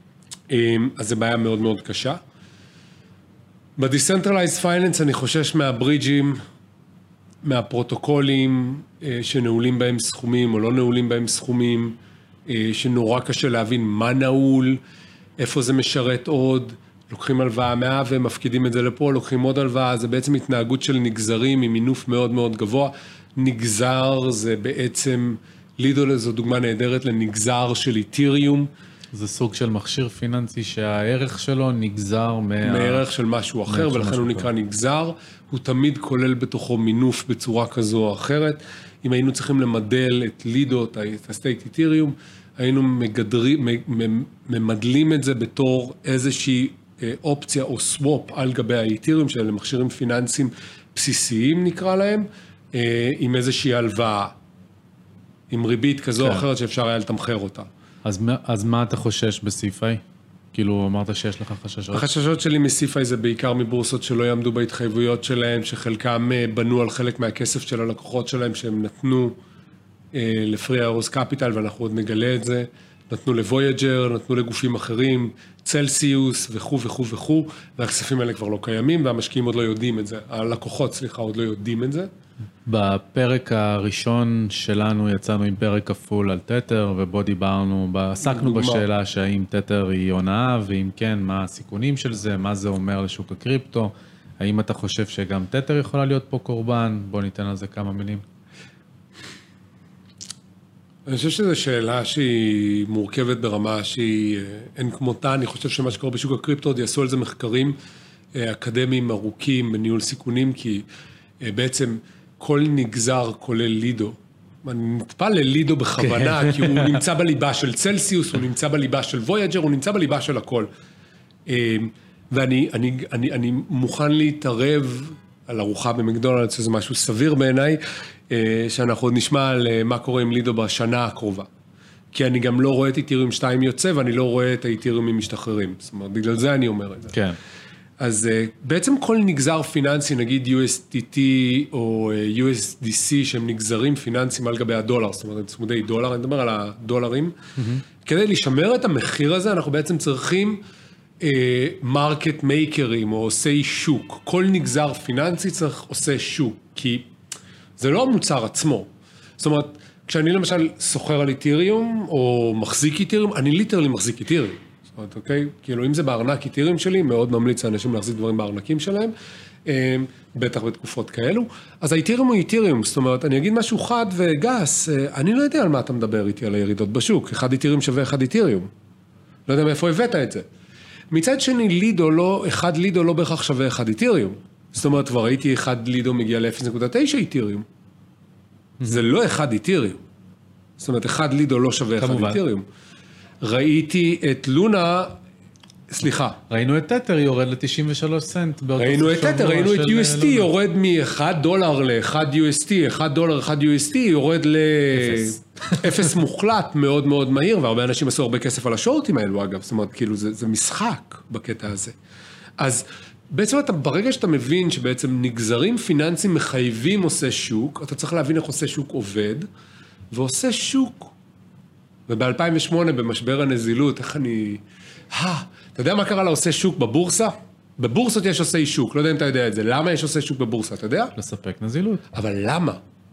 אז זה בעיה מאוד מאוד קשה. ב-Decentralized Finance אני חושש מהברידג'ים, מהפרוטוקולים שנעולים בהם סכומים או לא נעולים בהם סכומים, שנורא קשה להבין מה נעול, איפה זה משרת עוד, לוקחים הלוואה מה ומפקידים את זה לפה, לוקחים עוד הלוואה, זה בעצם התנהגות של נגזרים עם מינוף מאוד מאוד גבוה. נגזר זה בעצם, לידו זו דוגמה נהדרת לנגזר של איתריום. זה סוג של מכשיר פיננסי שהערך שלו נגזר מה... מערך של משהו אחר, ולכן הוא נקרא נגזר. הוא תמיד כולל בתוכו מינוף בצורה כזו או אחרת. אם היינו צריכים למדל את לידו, את הסטייק איתריום, היינו מגדרים, ממדלים את זה בתור איזושהי אופציה או סוואפ על גבי האיתריום, שאלה מכשירים פיננסיים בסיסיים נקרא להם, עם איזושהי הלוואה, עם ריבית כזו או אחרת שאפשר היה לתמחר אותה. אז, אז מה אתה חושש ב-סי אף איי? כאילו אמרת שיש לך חששות? החששות שלי מ-סי אף איי זה בעיקר מבורסות שלא יעמדו בהתחייבויות שלהם, שחלקם בנו על חלק מהכסף של הלקוחות שלהם שהם נתנו לפרי ארוס קפיטל, ואנחנו עוד נגלה את זה, נתנו לוויג'ר, נתנו לגופים אחרים, צלסיוס וכו' וכו' וכו', והכספים האלה כבר לא קיימים, והמשקיעים עוד לא יודעים את זה, הלקוחות, סליחה, עוד לא יודעים את זה. בפרק הראשון שלנו יצאנו עם פרק כפול על תתר, ובו דיברנו, עסקנו בשאלה שהאם תתר היא הונאה, ואם כן, מה הסיכונים של זה, מה זה אומר לשוק הקריפטו, האם אתה חושב שגם תתר יכולה להיות פה קורבן? בוא ניתן על זה כמה מילים. אני חושב שזו שאלה שהיא מורכבת ברמה שהיא אין כמותה. אני חושב שמה שקורה בשוק הקריפטו, עוד יעשו על זה מחקרים אקדמיים ארוכים בניהול סיכונים, כי בעצם כל נגזר כולל לידו. אני נטפל ללידו בכוונה, כי הוא נמצא בליבה של צלסיוס, הוא נמצא בליבה של וויאג'ר, הוא נמצא בליבה של הכל. ואני אני, אני, אני מוכן להתערב על ארוחה במקדונלדס, שזה משהו סביר בעיניי, שאנחנו עוד נשמע על מה קורה עם לידו בשנה הקרובה. כי אני גם לא רואה את איתיריום שתיים יוצא, ואני לא רואה את האיתיריומים משתחררים. זאת אומרת, בגלל זה אני אומר את זה. כן. אז בעצם כל נגזר פיננסי, נגיד יו אס די טי או יו אס די סי, שהם נגזרים פיננסיים על גבי הדולר, זאת אומרת, צמודי דולר, אני מדבר על הדולרים, mm-hmm. כדי לשמר את המחיר הזה, אנחנו בעצם צריכים מרקט מייקרים או עושי שוק. כל נגזר פיננסי צריך עושה שוק, כי זה לא המוצר עצמו. זאת אומרת, כשאני למשל סוחר על איתיריום או מחזיק איתיריום, אני ליטרלי מחזיק איתיריום. זאת אומרת, אוקיי? כאילו, אם זה בארנק איתיריום שלי, מאוד ממליץ לאנשים להחזיק דברים בארנקים שלהם, בטח בתקופות כאלו. אז האיתיריום הוא איתיריום, זאת אומרת, אני אגיד משהו חד וגס, אני לא יודע על מה אתה מדבר איתי על הירידות בשוק, אחד איתיריום שווה אחד איתיריום. לא יודע מאיפה הבאת את זה. מצד שני, לידו לא, אחד לידו לא בהכרח שווה אחד איתיריום. זאת אומרת, כבר ראיתי אחד לידו מגיע ל-אפס נקודה תשע איתיריום. זה לא אחד איתיריום. זאת אומרת, אחד לידו לא שווה אחד איתיריום. ראיתי את לונה, סליחה. ראינו את תתר יורד ל-תשעים ושלושה סנט. ראינו את תתר, ראינו את יו אס טי יורד מ-אחד דולר ל-אחד יו אס טי, אחד דולר, אחד יו אס טי יורד ל-אפס מוחלט מאוד מאוד מהיר, והרבה אנשים עשו הרבה כסף על השורטים האלו אגב, זאת אומרת, כאילו זה, זה משחק בקטע הזה. אז בעצם אתה, ברגע שאתה מבין שבעצם נגזרים פיננסיים מחייבים עושה שוק, אתה צריך להבין איך עושה שוק עובד, ועושה שוק. וב-אלפיים ושמונה במשבר הנזילות, איך אני... אה, אתה יודע מה קרה לעושה שוק בבורסה? בבורסות יש עושי שוק, לא יודע אם אתה יודע את זה. למה יש עושה שוק בבורסה, אתה יודע? לספק נזילות. אבל למה?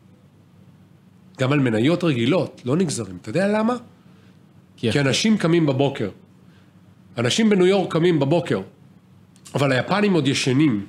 גם על מניות רגילות, לא נגזרים. אתה יודע למה? כי, כי אנשים קמים בבוקר. אנשים בניו יורק קמים בבוקר. אבל היפנים עוד ישנים.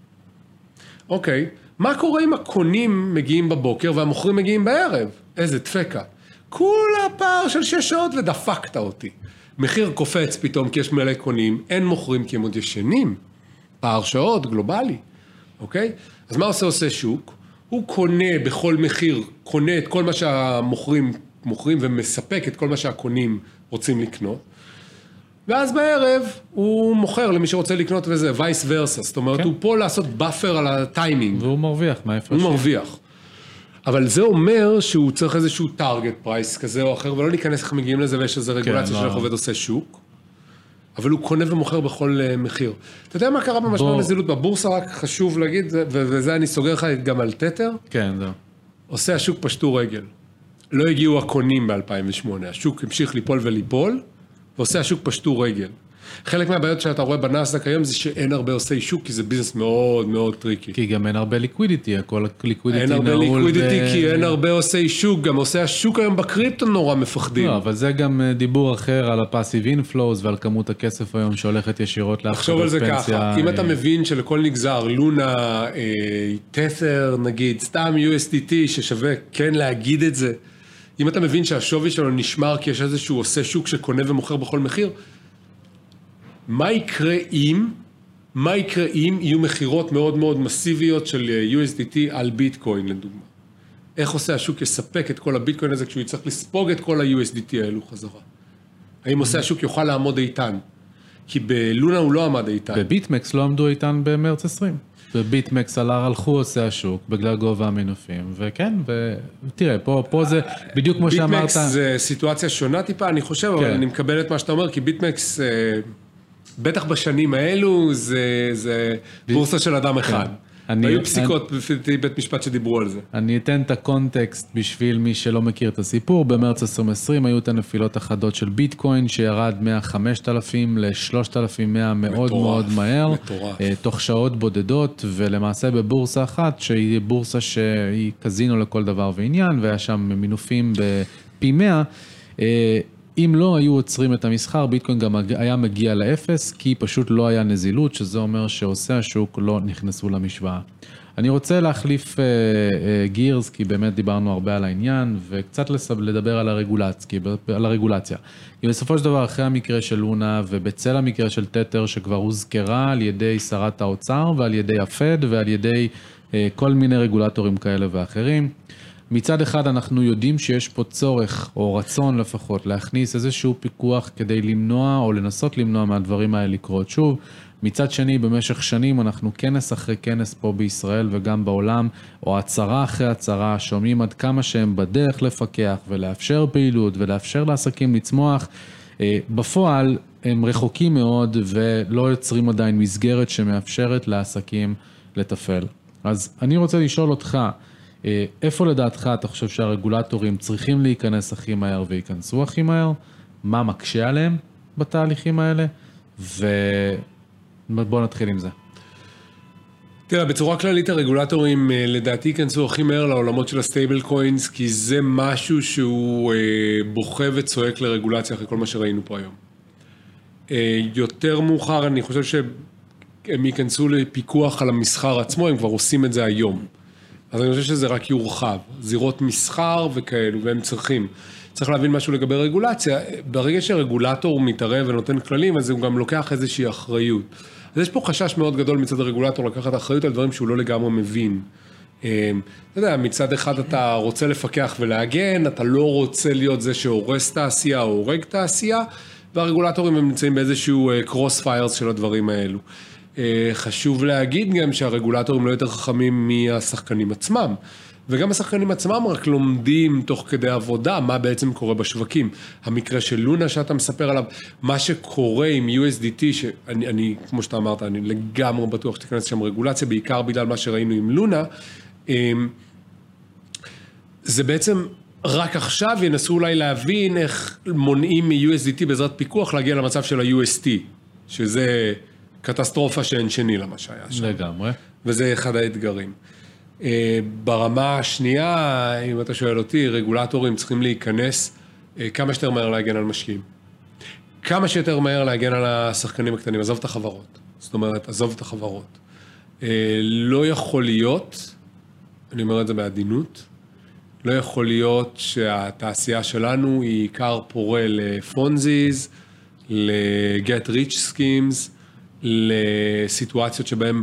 אוקיי, מה קורה אם הקונים מגיעים בבוקר והמוכרים מגיעים בערב? איזה דפקה. כולה פער של שש שעות ודפקת אותי. מחיר קופץ פתאום כי יש מלא קונים, אין מוכרים כי הם עוד ישנים. פער שעות גלובלי, אוקיי? אז מה עושה עושה שוק? הוא קונה בכל מחיר, קונה את כל מה שהמוכרים מוכרים ומספק את כל מה שהקונים רוצים לקנות. ואז בערב הוא מוכר למי שרוצה לקנות וזה, וייס ורסה. זאת אומרת, כן. הוא פה לעשות באפר על הטיימינג. והוא מרוויח, מה איפה הוא מרוויח. אבל זה אומר שהוא צריך איזשהו טארגט פרייס כזה או אחר, ולא להיכנס איך מגיעים לזה, ויש איזו רגולציה של איך עובד עושה שוק, אבל הוא קונה ומוכר בכל מחיר. אתה יודע מה קרה במשבר נזילות בבורסה, רק חשוב להגיד, וזה אני סוגר לך גם על תתר? כן, זה. עושה השוק פשטו רגל. לא הגיעו הקונים ב-אלפיים ושמונה, השוק המשיך ליפול וליפול, ועושה השוק פשטו רגל. חלק מהבעיות שאתה רואה בנאסד"ק היום זה שאין הרבה עושי שוק, כי זה ביזנס מאוד מאוד טריקי. כי גם אין הרבה ליקווידיטי, הכל ליקווידיטי אין הרבה ליקווידיטי, כי אין הרבה עושי שוק, גם עושי השוק היום בקריפטו נורא מפחדים. לא, אבל זה גם דיבור אחר על הפאסיב אינפלואוס ועל כמות הכסף היום שהולכת ישירות להפחדת פנסיה. תחשוב על זה ככה, אם אתה מבין שלכל נגזר, לונה, תתר, נגיד, סתם יו אס די טי ששווה כן להגיד את זה, אם אתה מבין שהשווי שלו נשמר כי יש איזשהו עושה שוק שקונה ומוכר בכל מחיר, מה יקרה אם, מה יקרה אם יהיו מחירות מאוד מאוד מסיביות של יו אס די טי על ביטקוין לדוגמה? איך עושה השוק יספק את כל הביטקוין הזה כשהוא יצטרך לספוג את כל ה-יו אס די טי האלו חזרה? האם עושה השוק יוכל לעמוד איתן? כי בלונה הוא לא עמד איתן. בביטמקס לא עמדו איתן במרץ עשרים. בביטמקס על הלכו עושה השוק בגלל גובה המנופים, וכן, ותראה, פה, פה זה בדיוק כמו שאמרת. ביטמקס זה סיטואציה שונה טיפה, אני חושב, אבל אני מקבל את מה שאתה אומר, כי ביטמקס... בטח בשנים האלו, זה, זה בורסה של אדם אחד. אני, היו פסיקות אני, בית משפט שדיברו על זה. אני אתן את הקונטקסט בשביל מי שלא מכיר את הסיפור. במרץ עשרים עשרים היו את הנפילות החדות של ביטקוין, שירד מ-חמשת אלפים ל-שלושת אלפים ומאה מאוד מאוד מהר, מטורף. תוך שעות בודדות, ולמעשה בבורסה אחת, שהיא בורסה שהיא קזינו לכל דבר ועניין, והיה שם מינופים בפי מאה, אם לא היו עוצרים את המסחר, ביטקוין גם היה מגיע לאפס, כי פשוט לא היה נזילות, שזה אומר שעושי השוק לא נכנסו למשוואה. אני רוצה להחליף גירס, כי באמת דיברנו הרבה על העניין, וקצת לדבר על הרגולציה, על הרגולציה. כי בסופו של דבר, אחרי המקרה של לונה, ובצל המקרה של תתר, שכבר הוזכרה על ידי שרת האוצר, ועל ידי הפד, ועל ידי כל מיני רגולטורים כאלה ואחרים, מצד אחד אנחנו יודעים שיש פה צורך, או רצון לפחות, להכניס איזשהו פיקוח כדי למנוע, או לנסות למנוע מהדברים האלה לקרות שוב. מצד שני, במשך שנים אנחנו כנס אחרי כנס פה בישראל וגם בעולם, או הצהרה אחרי הצהרה, שומעים עד כמה שהם בדרך לפקח ולאפשר פעילות ולאפשר לעסקים לצמוח. בפועל הם רחוקים מאוד ולא יוצרים עדיין מסגרת שמאפשרת לעסקים לתפעל. אז אני רוצה לשאול אותך, איפה לדעתך אתה חושב שהרגולטורים צריכים להיכנס הכי מהר וייכנסו הכי מהר? מה מקשה עליהם בתהליכים האלה? ובוא נתחיל עם זה. תראה, בצורה כללית הרגולטורים לדעתי ייכנסו הכי מהר לעולמות של הסטייבל קוינס, כי זה משהו שהוא בוכה וצועק לרגולציה אחרי כל מה שראינו פה היום. יותר מאוחר אני חושב שהם ייכנסו לפיקוח על המסחר עצמו, הם כבר עושים את זה היום. אז אני חושב שזה רק יורחב, זירות מסחר וכאלו, והם צריכים. צריך להבין משהו לגבי רגולציה, ברגע שרגולטור מתערב ונותן כללים, אז הוא גם לוקח איזושהי אחריות. אז יש פה חשש מאוד גדול מצד הרגולטור לקחת אחריות על דברים שהוא לא לגמרי מבין. אתה יודע, מצד אחד אתה רוצה לפקח ולהגן, אתה לא רוצה להיות זה שהורס תעשייה או הורג תעשייה, והרגולטורים הם נמצאים באיזשהו קרוס פיירס של הדברים האלו. חשוב להגיד גם שהרגולטורים לא יותר חכמים מהשחקנים עצמם, וגם השחקנים עצמם רק לומדים תוך כדי עבודה מה בעצם קורה בשווקים. המקרה של לונה שאתה מספר עליו, מה שקורה עם יו אס די טי, שאני, אני, כמו שאתה אמרת, אני לגמרי בטוח שתיכנס שם רגולציה, בעיקר בגלל מה שראינו עם לונה, זה בעצם רק עכשיו ינסו אולי להבין איך מונעים מ-יו אס די טי בעזרת פיקוח להגיע למצב של ה-יו אס טי, שזה קטסטרופה שאין שני למה שהיה שם. לגמרי. וזה אחד האתגרים. ברמה השנייה, אם אתה שואל אותי, רגולטורים צריכים להיכנס כמה שיותר מהר להגן על משקיעים. כמה שיותר מהר להגן על השחקנים הקטנים, עזוב את החברות. זאת אומרת, עזוב את החברות. לא יכול להיות, אני אומר את זה בעדינות, לא יכול להיות שהתעשייה שלנו היא עיקר פורה לפונזיז, ל-get rich schemes, לסיטואציות שבהן...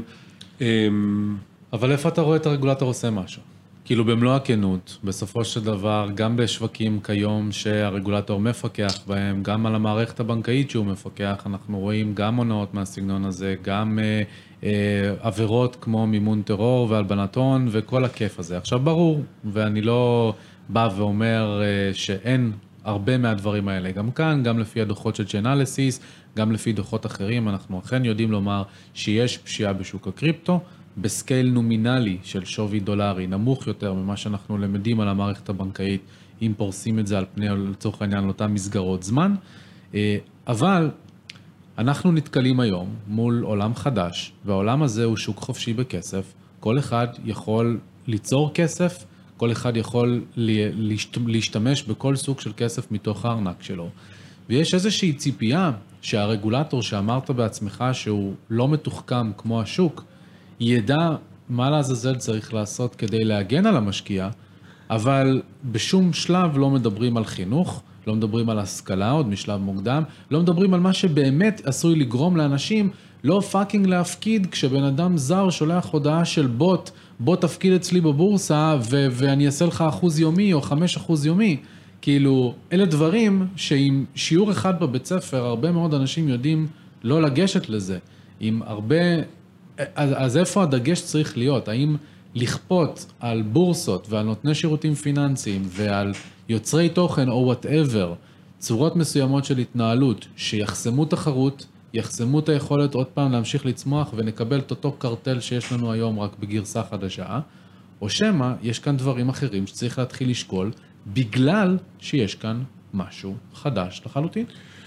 אבל איפה אתה רואה את הרגולטור עושה משהו? כאילו במלוא הכנות, בסופו של דבר, גם בשווקים כיום שהרגולטור מפקח בהם, גם על המערכת הבנקאית שהוא מפקח, אנחנו רואים גם הונאות מהסגנון הזה, גם אה, אה, עבירות כמו מימון טרור והלבנת הון וכל הכיף הזה. עכשיו ברור, ואני לא בא ואומר אה, שאין הרבה מהדברים האלה, גם כאן, גם לפי הדוחות של צ'אנליסיס, גם לפי דוחות אחרים, אנחנו אכן יודעים לומר שיש פשיעה בשוק הקריפטו, בסקייל נומינלי של שווי דולרי, נמוך יותר ממה שאנחנו למדים על המערכת הבנקאית, אם פורסים את זה על פני, לצורך העניין, על אותם מסגרות זמן, אבל אנחנו נתקלים היום מול עולם חדש, והעולם הזה הוא שוק חופשי בכסף, כל אחד יכול ליצור כסף, כל אחד יכול להשתמש בכל סוג של כסף מתוך הארנק שלו, ויש איזושהי ציפייה שהרגולטור שאמרת בעצמך שהוא לא מתוחכם כמו השוק, ידע מה לעזאזל צריך לעשות כדי להגן על המשקיע, אבל בשום שלב לא מדברים על חינוך, לא מדברים על השכלה עוד משלב מוקדם, לא מדברים על מה שבאמת עשוי לגרום לאנשים לא פאקינג להפקיד כשבן אדם זר שולח הודעה של בוט, בוא תפקיד אצלי בבורסה ו- ואני אעשה לך אחוז יומי או חמש אחוז יומי. כאילו, אלה דברים שעם שיעור אחד בבית ספר, הרבה מאוד אנשים יודעים לא לגשת לזה. עם הרבה... אז, אז איפה הדגש צריך להיות? האם לכפות על בורסות ועל נותני שירותים פיננסיים ועל יוצרי תוכן או whatever, צורות מסוימות של התנהלות שיחסמו תחרות, יחסמו את היכולת עוד פעם להמשיך לצמוח ונקבל את אותו קרטל שיש לנו היום רק בגרסה חדשה, או שמה יש כאן דברים אחרים שצריך להתחיל לשקול בגלל שיש כאן משהו חדש לחלוטין.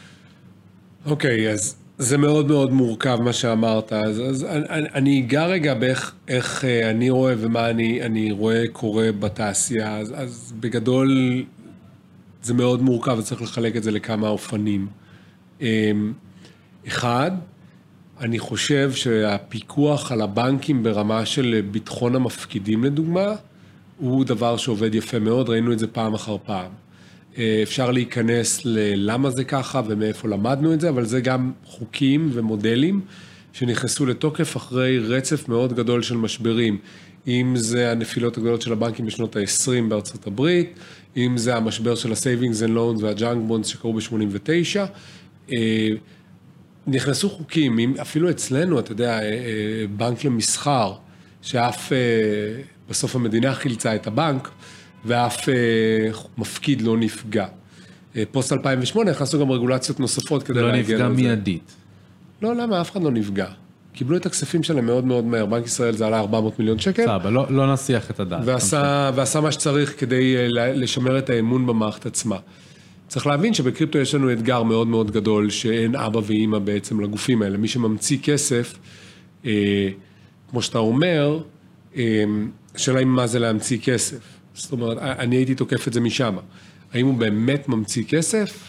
אוקיי, אז זה מאוד מאוד מורכב מה שאמרת, אז, אז אני, אני אגע רגע באיך איך אני רואה ומה אני, אני רואה קורה בתעשייה, אז, אז בגדול זה מאוד מורכב, וצריך לחלק את זה לכמה אופנים. אחד, אני חושב שהפיקוח על הבנקים ברמה של ביטחון המפקידים לדוגמה, הוא דבר שעובד יפה מאוד, ראינו את זה פעם אחר פעם. אפשר להיכנס ללמה זה ככה ומאיפה למדנו את זה, אבל זה גם חוקים ומודלים שנכנסו לתוקף אחרי רצף מאוד גדול של משברים. אם זה הנפילות הגדולות של הבנקים בשנות ה-עשרים בארצות הברית, אם זה המשבר של ה-Savings and Loans וה-Junk Bonds שקרו ב-שמונים ותשע, נכנסו חוקים, אפילו אצלנו, אתה יודע, בנק למסחר, שאף בסוף המדינה חילצה את הבנק, ואף מפקיד לא נפגע. פוסט אלפיים ושמונה נכנסו גם רגולציות נוספות כדי להגן על זה. לא נפגע מיידית. לא, למה? אף אחד לא נפגע. קיבלו את הכספים שלהם מאוד מאוד מהר. בנק ישראל זה עלה ארבע מאות מיליון שקל. סבא, לא, לא נסיח את הדעת. ועשה, ועשה מה שצריך כדי לשמר את האמון במערכת עצמה. צריך להבין שבקריפטו יש לנו אתגר מאוד מאוד גדול, שאין אבא ואמא בעצם לגופים האלה. מי שממציא כסף, אה, כמו שאתה אומר, אה, שאלה אם מה זה להמציא כסף. זאת אומרת, אני הייתי תוקף את זה משם. האם הוא באמת ממציא כסף,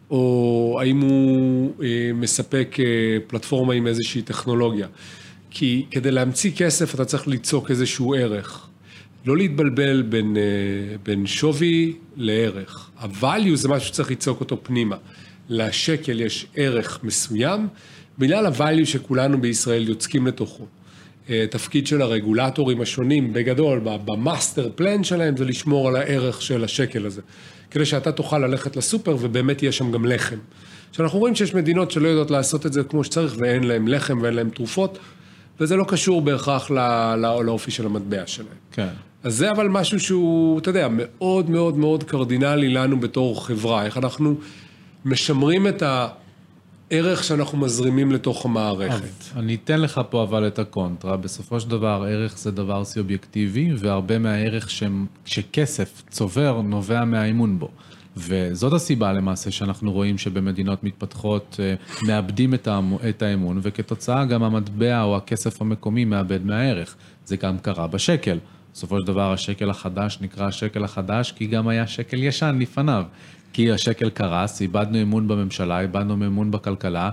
או האם הוא אה, מספק אה, פלטפורמה עם איזושהי טכנולוגיה? כי כדי להמציא כסף אתה צריך ליצוק איזשהו ערך. לא להתבלבל בין, אה, בין שווי לערך. ה-value זה משהו שצריך ליצוק אותו פנימה. לשקל יש ערך מסוים, בגלל ה-value שכולנו בישראל יוצקים לתוכו. תפקיד של הרגולטורים השונים, בגדול, במאסטר פלן שלהם, זה לשמור על הערך של השקל הזה. כדי שאתה תוכל ללכת לסופר, ובאמת יהיה שם גם לחם. שאנחנו רואים שיש מדינות שלא יודעות לעשות את זה כמו שצריך, ואין להם לחם ואין להם תרופות, וזה לא קשור בהכרח לאופי של המטבע שלהם. כן. אז זה אבל משהו שהוא, אתה יודע, מאוד מאוד מאוד קרדינלי לנו בתור חברה. איך אנחנו משמרים את ה... ערך שאנחנו מזרימים לתוך המערכת. אני אתן לך פה אבל את הקונטרה, בסופו של דבר ערך זה דבר סובייקטיבי, והרבה מהערך ש... שכסף צובר נובע מהאימון בו. וזאת הסיבה למעשה שאנחנו רואים שבמדינות מתפתחות מאבדים את, האמ... את האמון, וכתוצאה גם המטבע או הכסף המקומי מאבד מהערך. זה גם קרה בשקל. בסופו של דבר השקל החדש נקרא השקל החדש, כי גם היה שקל ישן לפניו. כי השקל קרס, איבדנו אמון בממשלה, איבדנו אמון בכלכלה,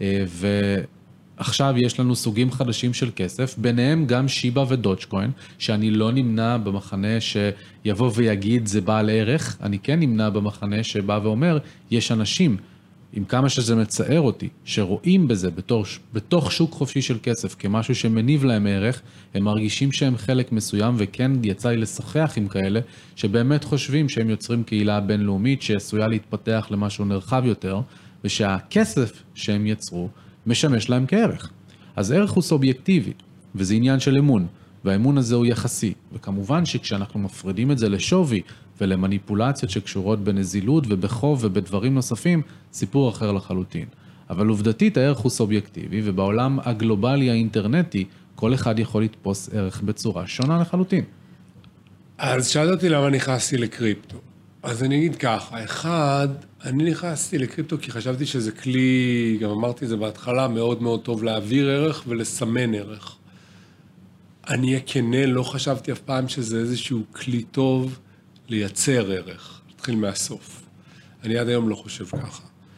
ועכשיו יש לנו סוגים חדשים של כסף, ביניהם גם שיבה ודודג'קוין, שאני לא נמנע במחנה שיבוא ויגיד זה בעל ערך, אני כן נמנע במחנה שבא ואומר, יש אנשים, עם כמה שזה מצער אותי, שרואים בזה בתור, בתוך שוק חופשי של כסף, כמשהו שמניב להם ערך, הם מרגישים שהם חלק מסוים, וכן יצא לי לשוחח עם כאלה, שבאמת חושבים שהם יוצרים קהילה בינלאומית, שעשויה להתפתח למשהו נרחב יותר, ושהכסף שהם יצרו, משמש להם כערך. אז ערך הוא סובייקטיבי, וזה עניין של אמון, והאמון הזה הוא יחסי, וכמובן שכשאנחנו מפרידים את זה לשווי, ולמניפולציות שקשורות בנזילות ובחוב ובדברים נוספים, סיפור אחר לחלוטין. אבל עובדתית הערך הוא סובייקטיבי, ובעולם הגלובלי האינטרנטי, כל אחד יכול לתפוס ערך בצורה שונה לחלוטין. אז שאלת אותי למה נכנסתי לקריפטו. אז אני אגיד ככה, אחד, אני נכנסתי לקריפטו כי חשבתי שזה כלי, גם אמרתי את זה בהתחלה, מאוד מאוד טוב להעביר ערך ולסמן ערך. אני אהיה כנה, לא חשבתי אף פעם שזה איזשהו כלי טוב, לייצר ערך, להתחיל מהסוף. אני עד היום לא חושב ככה.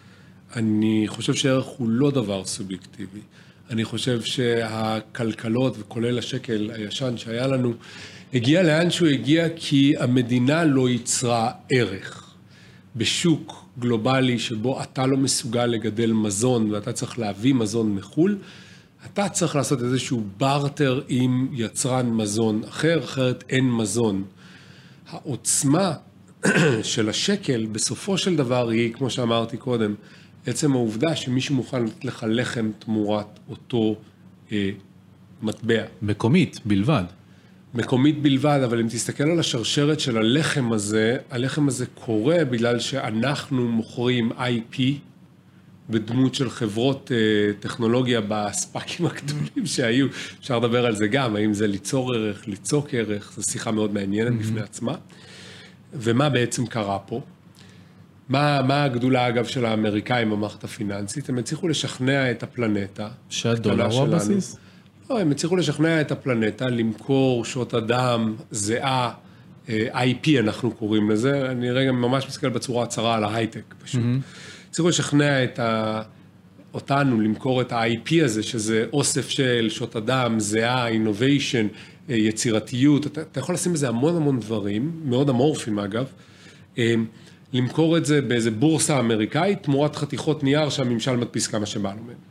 אני חושב שערך הוא לא דבר סובייקטיבי. אני חושב שהכלכלות, וכולל השקל הישן שהיה לנו, הגיע לאן שהוא הגיע כי המדינה לא ייצרה ערך. בשוק גלובלי שבו אתה לא מסוגל לגדל מזון, ואתה צריך להביא מזון מחול, אתה צריך לעשות איזשהו בארטר עם יצרן מזון אחר, אחרת אין מזון. העוצמה של השקל בסופו של דבר היא, כמו שאמרתי קודם, עצם העובדה שמישהו מוכן לתת לך לחם תמורת אותו אה, מטבע. מקומית בלבד. מקומית בלבד, אבל אם תסתכל על השרשרת של הלחם הזה, הלחם הזה קורה בגלל שאנחנו מוכרים איי פי בדמות של חברות אה, טכנולוגיה בספקים הגדולים שהיו. אפשר לדבר על זה גם, האם זה ליצור ערך, ליצוק ערך, זו שיחה מאוד מעניינת mm-hmm. בפני עצמה. ומה בעצם קרה פה? מה, מה הגדולה אגב של האמריקאים במערכת הפיננסית? הם הצליחו לשכנע את הפלנטה. שהדולר הוא הבסיס? לא, הם הצליחו לשכנע את הפלנטה, למכור שעות אדם, זהה, איי פי אנחנו קוראים לזה, אני רגע ממש מסתכל בצורה הצרה על ההייטק פשוט. Mm-hmm. צריך לשכנע את ה... אותנו למכור את ה-איי פי הזה, שזה אוסף של שעות אדם, זהה, innovation, יצירתיות, אתה, אתה יכול לשים בזה המון המון דברים, מאוד אמורפים אגב, למכור את זה באיזה בורסה אמריקאית, תמורת חתיכות נייר שהממשל מדפיס כמה שבא לו מהם.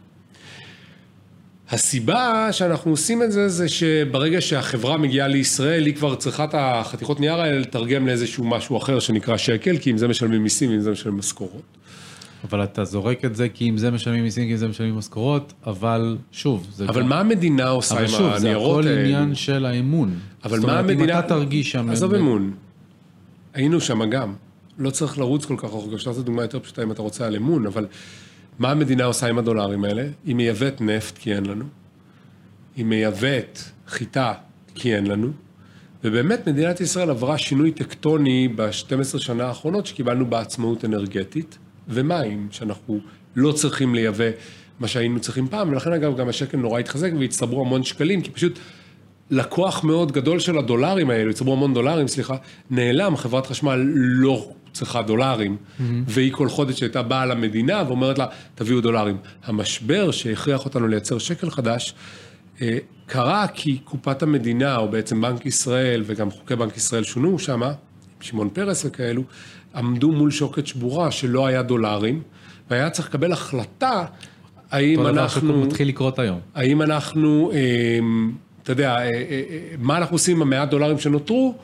הסיבה שאנחנו עושים את זה, זה שברגע שהחברה מגיעה לישראל, היא כבר צריכה את החתיכות נייר האלה לתרגם לאיזשהו משהו אחר שנקרא שקל, כי אם זה משלמים מיסים, אם זה משלמים משכורות. אבל אתה זורק את זה כי אם זה משלמים מיסים, כי אם זה משלמים משכורות, אבל שוב, זה אבל גם... מה המדינה עושה עם הניירות האלה? אבל שוב, זה הכל עניין של האמון. אבל מה המדינה... אם אתה תרגיש שם... עזוב אמון. היינו שם גם. לא צריך לרוץ כל כך רחוק. אפשר לעשות דוגמה יותר פשוטה אם אתה רוצה על אמון, אבל מה המדינה עושה עם הדולרים האלה? היא מייבאת נפט כי אין לנו. היא מייבאת חיטה כי אין לנו. ובאמת מדינת ישראל עברה שינוי טקטוני ב-שתים עשרה שנה האחרונות שקיבלנו בעצמאות אנרגטית. ומים, שאנחנו לא צריכים לייבא מה שהיינו צריכים פעם, ולכן אגב גם השקל נורא התחזק והצטברו המון שקלים, כי פשוט לקוח מאוד גדול של הדולרים האלו, הצטברו המון דולרים, סליחה, נעלם, חברת חשמל לא צריכה דולרים, mm-hmm. והיא כל חודש שהייתה באה למדינה ואומרת לה, תביאו דולרים. המשבר שהכריח אותנו לייצר שקל חדש, קרה כי קופת המדינה, או בעצם בנק ישראל, וגם חוקי בנק ישראל שונו שם, שמעון פרס וכאלו, עמדו מול שוקת שבורה שלא היה דולרים, והיה צריך לקבל החלטה, האם אנחנו... מתחיל לקרות היום. האם אנחנו, אתה יודע, מה אנחנו עושים עם המאה דולרים שנותרו,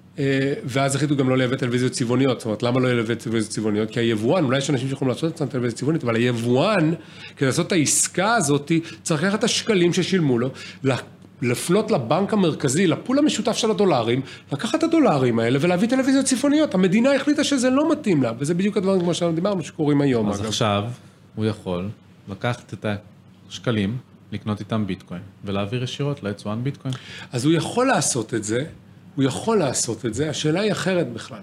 ואז החליטו גם לא לייבא טלוויזיות צבעוניות, זאת אומרת, למה לא לייבא טלוויזיות צבעוניות? כי היבואן, אולי יש אנשים שיכולים לעשות את טלוויזיה צבעונית, אבל היבואן, כדי לעשות את העסקה הזאת, צריך לקחת את השקלים ששילמו לו, לפנות לבנק המרכזי, לפול המשותף של הדולרים, לקחת את הדולרים האלה ולהביא טלוויזיות צפוניות. המדינה החליטה שזה לא מתאים לה, וזה בדיוק הדברים כמו שאנחנו דיברנו, שקורים היום. אז אגב. עכשיו הוא יכול לקחת את השקלים, לקנות איתם ביטקוין, ולהעביר ישירות ליצואן ביטקוין. אז הוא יכול לעשות את זה, הוא יכול לעשות את זה, השאלה היא אחרת בכלל.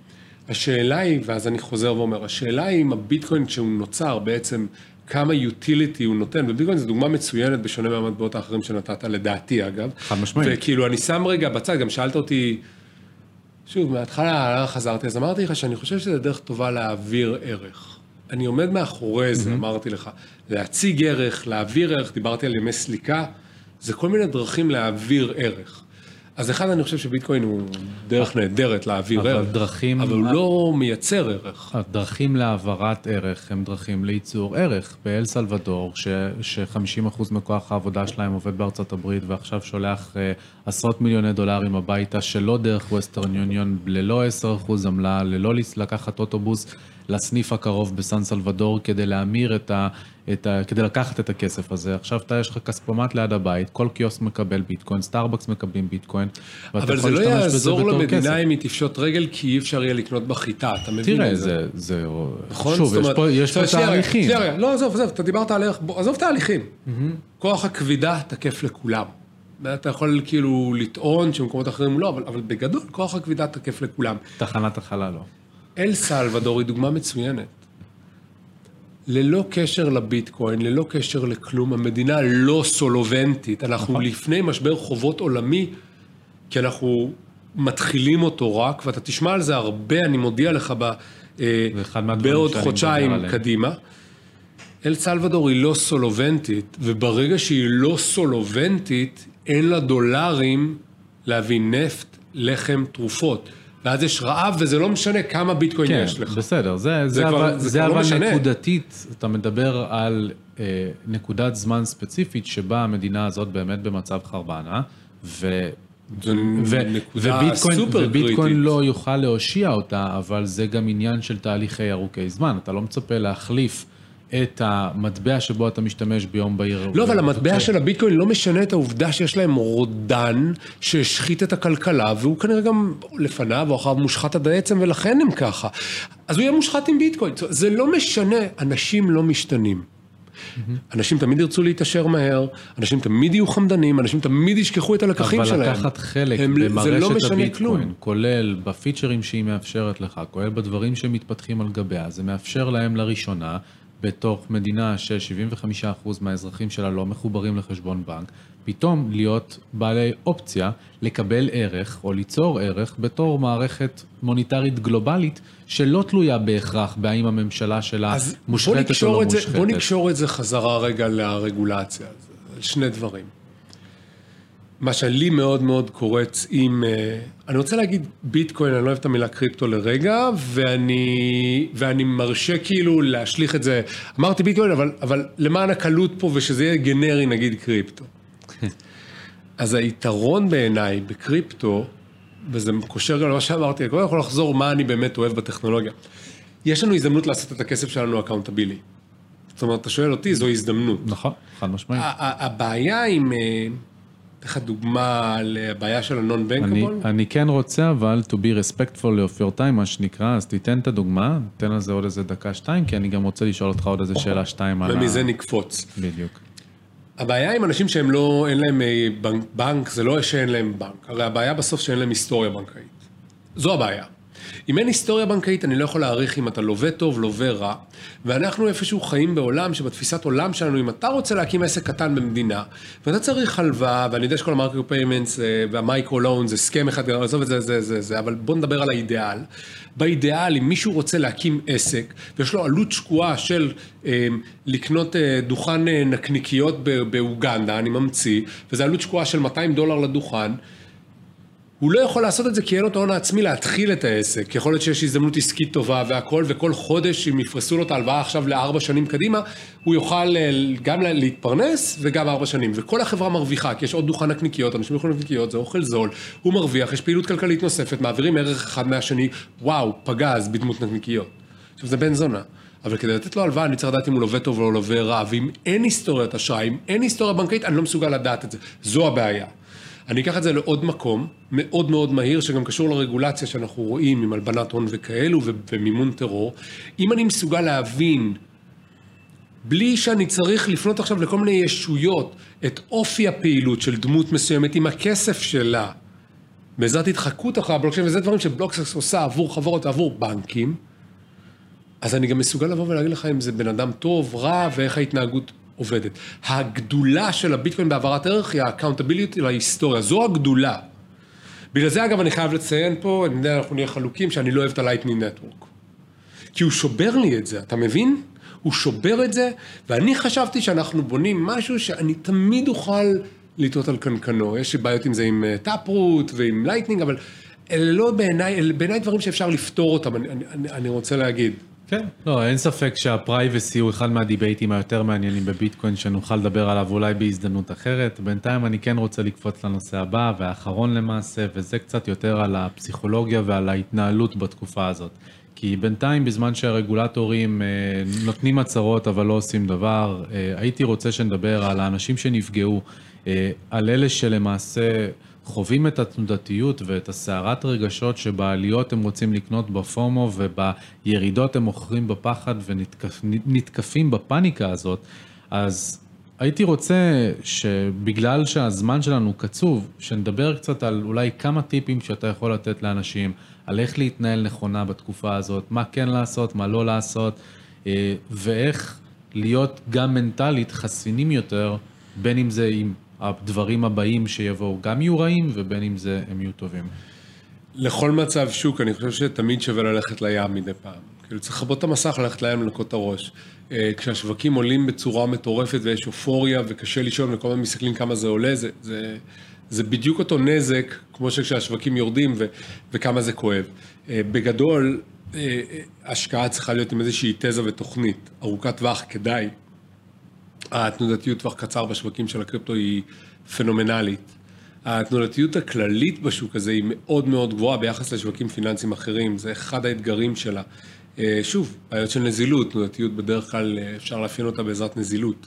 השאלה היא, ואז אני חוזר ואומר, השאלה היא אם הביטקוין שהוא נוצר בעצם כמה utility הוא נותן, וביטקוין זו דוגמה מצוינת בשונה מהמטבעות האחרים שנתת, לדעתי אגב. חד משמעית. וכאילו אני שם רגע בצד, גם שאלת אותי, שוב, מההתחלה חזרתי, אז אמרתי לך שאני חושב שזה דרך טובה להעביר ערך. אני עומד מאחורי זה, אמרתי לך, להציג ערך, להעביר ערך, דיברתי על ימי סליקה, זה כל מיני דרכים להעביר ערך. אז אחד, אני חושב שביטקוין הוא דרך נהדרת להעביר ערך, דרכים, אבל הוא לא מייצר ערך. הדרכים להעברת ערך הם דרכים לייצור ערך. באל סלבדור, ש-חמישים אחוז מכוח העבודה שלהם עובד בארצות הברית, ועכשיו שולח uh, עשרות מיליוני דולרים הביתה, שלא דרך ווסטרן יוניון, ללא עשרה אחוז עמלה, ללא לקחת אוטובוס לסניף הקרוב בסן סלבדור, כדי להמיר את ה... את ה... כדי לקחת את הכסף הזה. עכשיו אתה יש לך כספומט ליד הבית, כל קיוסק מקבל ביטקוין, סטארבקס מקבלים ביטקוין. אבל זה לא יעזור למדינה אם היא תפשוט רגל, כי אי אפשר יהיה לקנות בחיטה, אתה מבין? תראה, זה, זה, שוב, יש פה, יש פה תהליכים. לא, עזוב, עזוב, אתה דיברת על ערך, עזוב תהליכים. כוח הכבידה תקף לכולם. אתה יכול כאילו לטעון שמקומות אחרים לא, אבל, אבל בגדול, כוח הכבידה תקף לכולם. תחנת החלל לא. אל סלבדור היא דוגמה מצוינת. ללא קשר לביטקוין, ללא קשר לכלום, המדינה לא סולובנטית. אנחנו לפני משבר חובות עולמי, כי אנחנו מתחילים אותו רק, ואתה תשמע על זה הרבה, אני מודיע לך ב, בעוד חודשיים קדימה. אל סלבדור היא לא סולובנטית, וברגע שהיא לא סולובנטית, אין לה דולרים להביא נפט, לחם, תרופות. ואז יש רעב, וזה לא משנה כמה ביטקוין כן, יש לך. בסדר, זה, זה, זה, כבר, זה, זה אבל לא נקודתית, אתה מדבר על אה, נקודת זמן ספציפית, שבה המדינה הזאת באמת במצב חרבנה, ו... וביטקוין, וביטקוין לא יוכל להושיע אותה, אבל זה גם עניין של תהליכי ארוכי זמן, אתה לא מצפה להחליף את המטבע שבו אתה משתמש ביום בהיר. לא, אבל המטבע של הביטקוין לא משנה את העובדה שיש להם רודן שהשחית את הכלכלה, והוא כנראה גם לפניו או אחריו מושחת עד העצם, ולכן הם ככה. אז הוא יהיה מושחת עם ביטקוין. זה לא משנה, אנשים לא משתנים. אנשים תמיד ירצו להתעשר מהר, אנשים תמיד יהיו חמדנים, אנשים תמיד ישכחו את הלקחים שלהם. אבל לקחת חלק במרשת הביטקוין, כולל בפיצ'רים שהיא מאפשרת לך, כולל בדברים שמתפתחים על גביה, זה מאפשר להם לראשונה, בתוך מדינה ש-שבעים וחמישה אחוז מהאזרחים שלה לא מחוברים לחשבון בנק, פתאום להיות בעלי אופציה לקבל ערך או ליצור ערך בתור מערכת מוניטרית גלובלית שלא תלויה בהכרח בהאם הממשלה שלה מושחתת או לא מושחתת. בוא נקשור את זה חזרה רגע לרגולציה, על שני דברים. מה שלי מאוד מאוד קורץ עם, אני רוצה להגיד ביטקוין, אני לא אוהב את המילה קריפטו לרגע, ואני, ואני מרשה כאילו להשליך את זה, אמרתי ביטקוין, אבל, אבל למען הקלות פה ושזה יהיה גנרי נגיד קריפטו. אז היתרון בעיניי בקריפטו, וזה קושר גם למה שאמרתי, אני קודם יכול לחזור מה אני באמת אוהב בטכנולוגיה. יש לנו הזדמנות לעשות את הכסף שלנו אקאונטבילי. זאת אומרת, אתה שואל אותי, זו הזדמנות. נכון, חד משמעית. הבעיה עם... לך דוגמה על הבעיה של ה-non-bankable? אני כן רוצה, אבל to be respectful of your time, מה שנקרא, אז תיתן את הדוגמה, תן על זה עוד איזה דקה שתיים, כי אני גם רוצה לשאול אותך עוד איזה שאלה שתיים על ה... ומזה נקפוץ. בדיוק. הבעיה עם אנשים שהם לא, אין להם בנק, זה לא שאין להם בנק, הרי הבעיה בסוף שאין להם היסטוריה בנקאית. זו הבעיה. אם אין היסטוריה בנקאית, אני לא יכול להעריך אם אתה לווה טוב, לווה רע, ואנחנו איפשהו חיים בעולם שבתפיסת עולם שלנו, אם אתה רוצה להקים עסק קטן במדינה, ואתה צריך הלוואה, ואני יודע שכל המרקר פיימנטס והמייקרו לון זה סכם אחד, עזוב את זה, זה, זה, זה, אבל בוא נדבר על האידיאל. באידיאל, אם מישהו רוצה להקים עסק, ויש לו עלות שקועה של אה, לקנות אה, דוכן אה, נקניקיות באוגנדה, אני ממציא, וזו עלות שקועה של מאתיים דולר לדוכן, הוא לא יכול לעשות את זה כי אין לו את ההון העצמי להתחיל את העסק. יכול להיות שיש הזדמנות עסקית טובה והכל, וכל חודש, אם יפרסו לו את ההלוואה עכשיו לארבע שנים קדימה, הוא יוכל גם להתפרנס וגם ארבע שנים. וכל החברה מרוויחה, כי יש עוד דוכן נקניקיות, אנשים יכולים נקניקיות, זה אוכל זול, הוא מרוויח, יש פעילות כלכלית נוספת, מעבירים ערך אחד מהשני, וואו, פגז בדמות נקניקיות. עכשיו זה בן זונה. אבל כדי לתת לו הלוואה, אני צריך לדעת אם הוא לווה טוב או לא לווה רע, ואם אין היסטוריית אשראי, אם אין היסטוריה בנקאית, אני לא מסוגל לדעת את זה. זו הבעיה. אני אקח את זה לעוד מקום, מאוד מאוד מהיר, שגם קשור לרגולציה שאנחנו רואים עם הלבנת הון וכאלו ומימון טרור. אם אני מסוגל להבין, בלי שאני צריך לפנות עכשיו לכל מיני ישויות, את אופי הפעילות של דמות מסוימת עם הכסף שלה, בעזרת התחקות אחרי הבלוקצ'יין, וזה דברים שבלוקסקס עושה עבור חברות, עבור בנקים, אז אני גם מסוגל לבוא ולהגיד לך אם זה בן אדם טוב, רע, ואיך ההתנהגות עובדת. הגדולה של הביטקוין בעברת ערך היא ה-accountability להיסטוריה, זו הגדולה. בגלל זה אגב אני חייב לציין פה, אני יודע, אנחנו נהיה חלוקים, שאני לא אוהב את ה-Lightning Network. כי הוא שובר לי את זה, אתה מבין? הוא שובר את זה, ואני חשבתי שאנחנו בונים משהו שאני תמיד אוכל לטעות על קנקנו. יש בעיות עם זה עם טאפרוט ועם Lightning, אבל אלה לא בעיניי, אלה בעיניי דברים שאפשר לפתור אותם, אני, אני, אני רוצה להגיד. כן, לא, אין ספק שהפרייבסי הוא אחד מהדיבייטים היותר מעניינים בביטקוין, שנוכל לדבר עליו אולי בהזדמנות אחרת. בינתיים אני כן רוצה לקפוץ לנושא הבא, והאחרון למעשה, וזה קצת יותר על הפסיכולוגיה ועל ההתנהלות בתקופה הזאת. כי בינתיים, בזמן שהרגולטורים אה, נותנים הצהרות אבל לא עושים דבר, אה, הייתי רוצה שנדבר על האנשים שנפגעו, אה, על אלה שלמעשה חווים את התנודתיות ואת הסערת רגשות שבעליות הם רוצים לקנות בפומו ובירידות הם מוכרים בפחד ונתקפים בפאניקה הזאת. אז הייתי רוצה שבגלל שהזמן שלנו קצוב, שנדבר קצת על אולי כמה טיפים שאתה יכול לתת לאנשים, על איך להתנהל נכונה בתקופה הזאת, מה כן לעשות, מה לא לעשות, ואיך להיות גם מנטלית חסינים יותר, בין אם זה עם הדברים הבאים שיבואו גם יהיו רעים, ובין אם זה הם יהיו טובים. לכל מצב שוק, אני חושב שתמיד שווה ללכת לים מדי פעם. כאילו צריך לחבות את המסך, ללכת לים לנקות את הראש. כשהשווקים עולים בצורה מטורפת ויש אופוריה וקשה לישון וכל הזמן מסתכלים כמה זה עולה, זה, זה, זה בדיוק אותו נזק, כמו שכשהשווקים יורדים ו, וכמה זה כואב. בגדול, השקעה צריכה להיות עם איזושהי תזה ותוכנית, ארוכת טווח כדאי. התנודתיות טווח קצר בשווקים של הקריפטו היא פנומנלית. התנודתיות הכללית בשוק הזה היא מאוד מאוד גבוהה ביחס לשווקים פיננסיים אחרים, זה אחד האתגרים שלה. שוב, בעיות של נזילות, תנודתיות בדרך כלל אפשר לאפיין אותה בעזרת נזילות.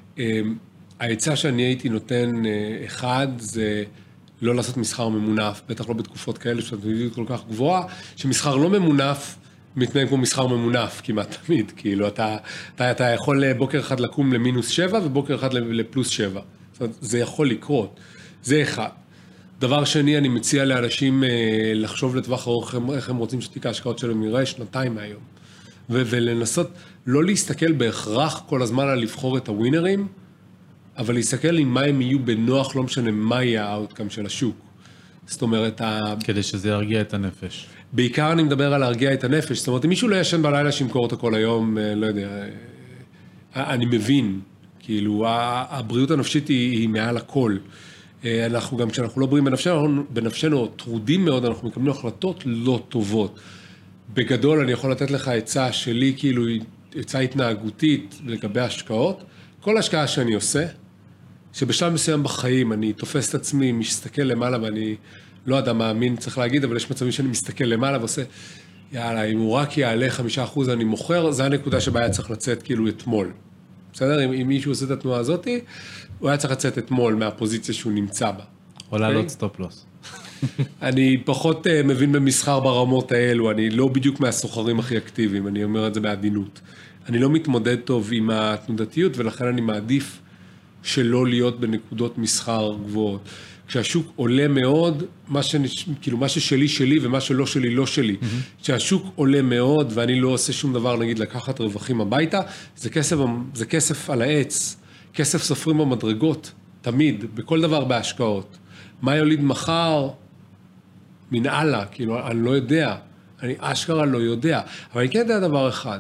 ההצעה שאני הייתי נותן אחד זה לא לעשות מסחר ממונף, בטח לא בתקופות כאלה שהתנודתיות כל כך גבוהה, שמסחר לא ממונף, מתנהג כמו מסחר ממונף כמעט תמיד, כאילו אתה, אתה, אתה יכול בוקר אחד לקום למינוס שבע ובוקר אחד לפלוס שבע. זאת אומרת, זה יכול לקרות. זה אחד. דבר שני, אני מציע לאנשים לחשוב לטווח ארוך איך הם רוצים שתיק ההשקעות שלהם יראה שנתיים מהיום. ו- ולנסות, לא להסתכל בהכרח כל הזמן על לבחור את הווינרים, אבל להסתכל עם מה הם יהיו בנוח, לא משנה מה יהיה האוטקאם של השוק. זאת אומרת, כדי שזה ירגיע את הנפש. בעיקר אני מדבר על להרגיע את הנפש, זאת אומרת, אם מישהו לא ישן בלילה שימכור אותו כל היום, לא יודע, אני מבין, כאילו, הבריאות הנפשית היא, היא מעל הכל. אנחנו גם, כשאנחנו לא בריאים בנפשנו, בנפשנו טרודים מאוד, אנחנו מקבלים החלטות לא טובות. בגדול, אני יכול לתת לך עצה שלי, כאילו, עצה התנהגותית לגבי השקעות. כל השקעה שאני עושה, שבשלב מסוים בחיים אני תופס את עצמי, מסתכל למעלה ואני לא יודע מאמין, צריך להגיד, אבל יש מצבים שאני מסתכל למעלה ועושה, יאללה, אם הוא רק יעלה חמישה אחוז אני מוכר, זה הנקודה שבה היה צריך לצאת כאילו אתמול. בסדר? אם, אם מישהו עושה את התנועה הזאת, הוא היה צריך לצאת אתמול מהפוזיציה שהוא נמצא בה. או לעלות סטופ לוס. אני פחות uh, מבין במסחר ברמות האלו, אני לא בדיוק מהסוחרים הכי אקטיביים, אני אומר את זה בעדינות. אני לא מתמודד טוב עם התנודתיות, ולכן אני מעדיף שלא להיות בנקודות מסחר גבוהות. כשהשוק עולה מאוד, מה, שנש... כאילו, מה ששלי שלי ומה שלא שלי לא שלי. Mm-hmm. כשהשוק עולה מאוד ואני לא עושה שום דבר, נגיד לקחת רווחים הביתה, זה כסף, זה כסף על העץ, כסף סופרים במדרגות, תמיד, בכל דבר בהשקעות. מה יוליד מחר? מן הלאה, כאילו, אני לא יודע, אני אשכרה לא יודע, אבל אני כן יודע דבר אחד,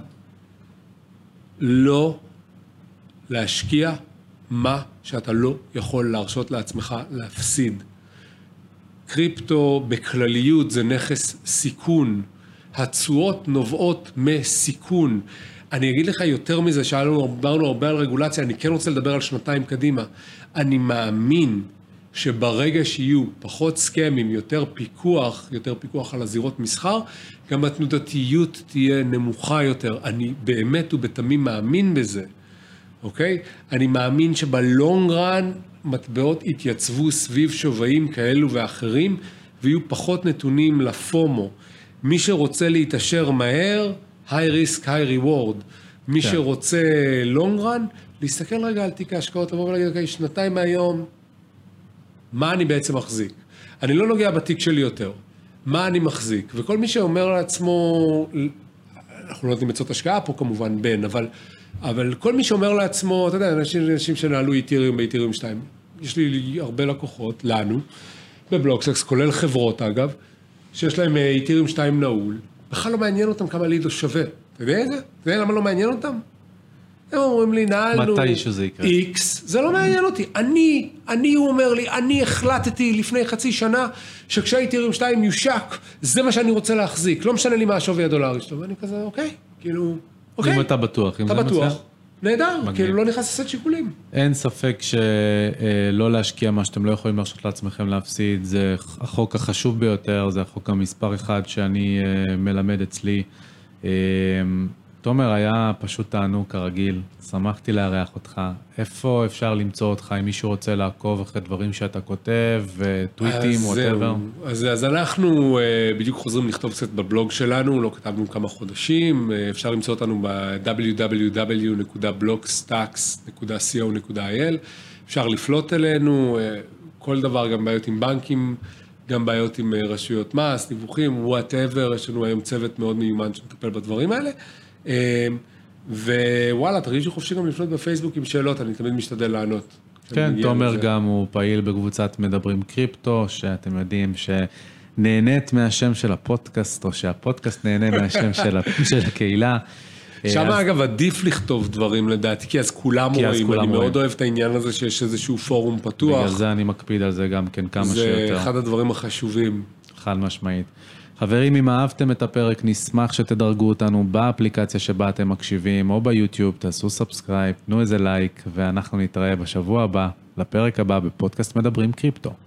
לא להשקיע מה שאתה לא יכול להרשות לעצמך להפסיד. קריפטו בכלליות זה נכס סיכון, התשואות נובעות מסיכון. אני אגיד לך יותר מזה, שאלנו, דיברנו הרבה על רגולציה, אני כן רוצה לדבר על שנתיים קדימה. אני מאמין שברגע שיהיו פחות סקמים, יותר פיקוח, יותר פיקוח על הזירות מסחר, גם התנודתיות תהיה נמוכה יותר. אני באמת ובתמים מאמין בזה, אוקיי? אני מאמין שבלונג רן מטבעות יתייצבו סביב שווים כאלו ואחרים, ויהיו פחות נתונים לפומו. מי שרוצה להתעשר מהר, high risk, high reward. מי כן. שרוצה long run, להסתכל רגע על תיק ההשקעות, לבוא ולהגיד, אוקיי, שנתיים מהיום, מה אני בעצם מחזיק? אני לא נוגע בתיק שלי יותר. מה אני מחזיק? וכל מי שאומר לעצמו, אנחנו לא יודעים מצאות השקעה פה כמובן בין, אבל, אבל כל מי שאומר לעצמו, אתה יודע, אנשים, אנשים שנעלו איתיריום באיתיריום שתיים, יש לי הרבה לקוחות, לנו, בבלוקסקס, כולל חברות אגב, שיש להם איתיריום שתיים נעול, בכלל לא מעניין אותם כמה לידו שווה. אתה יודע את זה? אתה יודע למה לא מעניין אותם? הם אומרים לי, נעלנו X, זה לא מעניין אותי. אני, אני, הוא אומר לי, אני החלטתי לפני חצי שנה, שכשהאיתיריום שתיים יושק, זה מה שאני רוצה להחזיק. לא משנה לי מה השווי הדולרי שלו. ואני כזה, אוקיי, כאילו, אוקיי. אם אתה בטוח, אם אתה זה בטוח. מצליח. נהדר, כאילו לא נכנס לסט שיקולים. אין ספק שלא להשקיע מה שאתם לא יכולים להרשות לעצמכם להפסיד, זה החוק החשוב ביותר, זה החוק המספר אחד שאני מלמד אצלי. תומר, היה פשוט תענוג כרגיל, שמחתי לארח אותך. איפה אפשר למצוא אותך, אם מישהו רוצה לעקוב אחרי דברים שאתה כותב, טוויטים, whatever? אז, אז אנחנו בדיוק חוזרים לכתוב קצת בבלוג שלנו, לא כתבנו כמה חודשים, אפשר למצוא אותנו ב-דאבליו דאבליו דאבליו נקודה בלוקסטאקס נקודה סי או נקודה איי אל, אפשר לפלוט אלינו, כל דבר, גם בעיות עם בנקים, גם בעיות עם רשויות מס, דיווחים, whatever, יש לנו היום צוות מאוד מיומן שמטפל בדברים האלה, ווואלה, תרגישו חופשי גם לפנות בפייסבוק עם שאלות, אני תמיד משתדל לענות. כן, תומר גם הוא פעיל בקבוצת מדברים קריפטו, שאתם יודעים שנהנית מהשם של הפודקאסט, או שהפודקאסט נהנה מהשם של הקהילה. שם אגב עדיף לכתוב דברים לדעתי, כי אז כולם רואים, אני מאוד אוהב את העניין הזה שיש איזשהו פורום פתוח. בגלל זה אני מקפיד על זה גם כן כמה שיותר. זה אחד הדברים החשובים. חד משמעית. חברים, אם אהבתם את הפרק, נשמח שתדרגו אותנו באפליקציה שבה אתם מקשיבים, או ביוטיוב, תעשו סאבסקרייב, תנו איזה לייק, ואנחנו נתראה בשבוע הבא, לפרק הבא בפודקאסט מדברים קריפטו.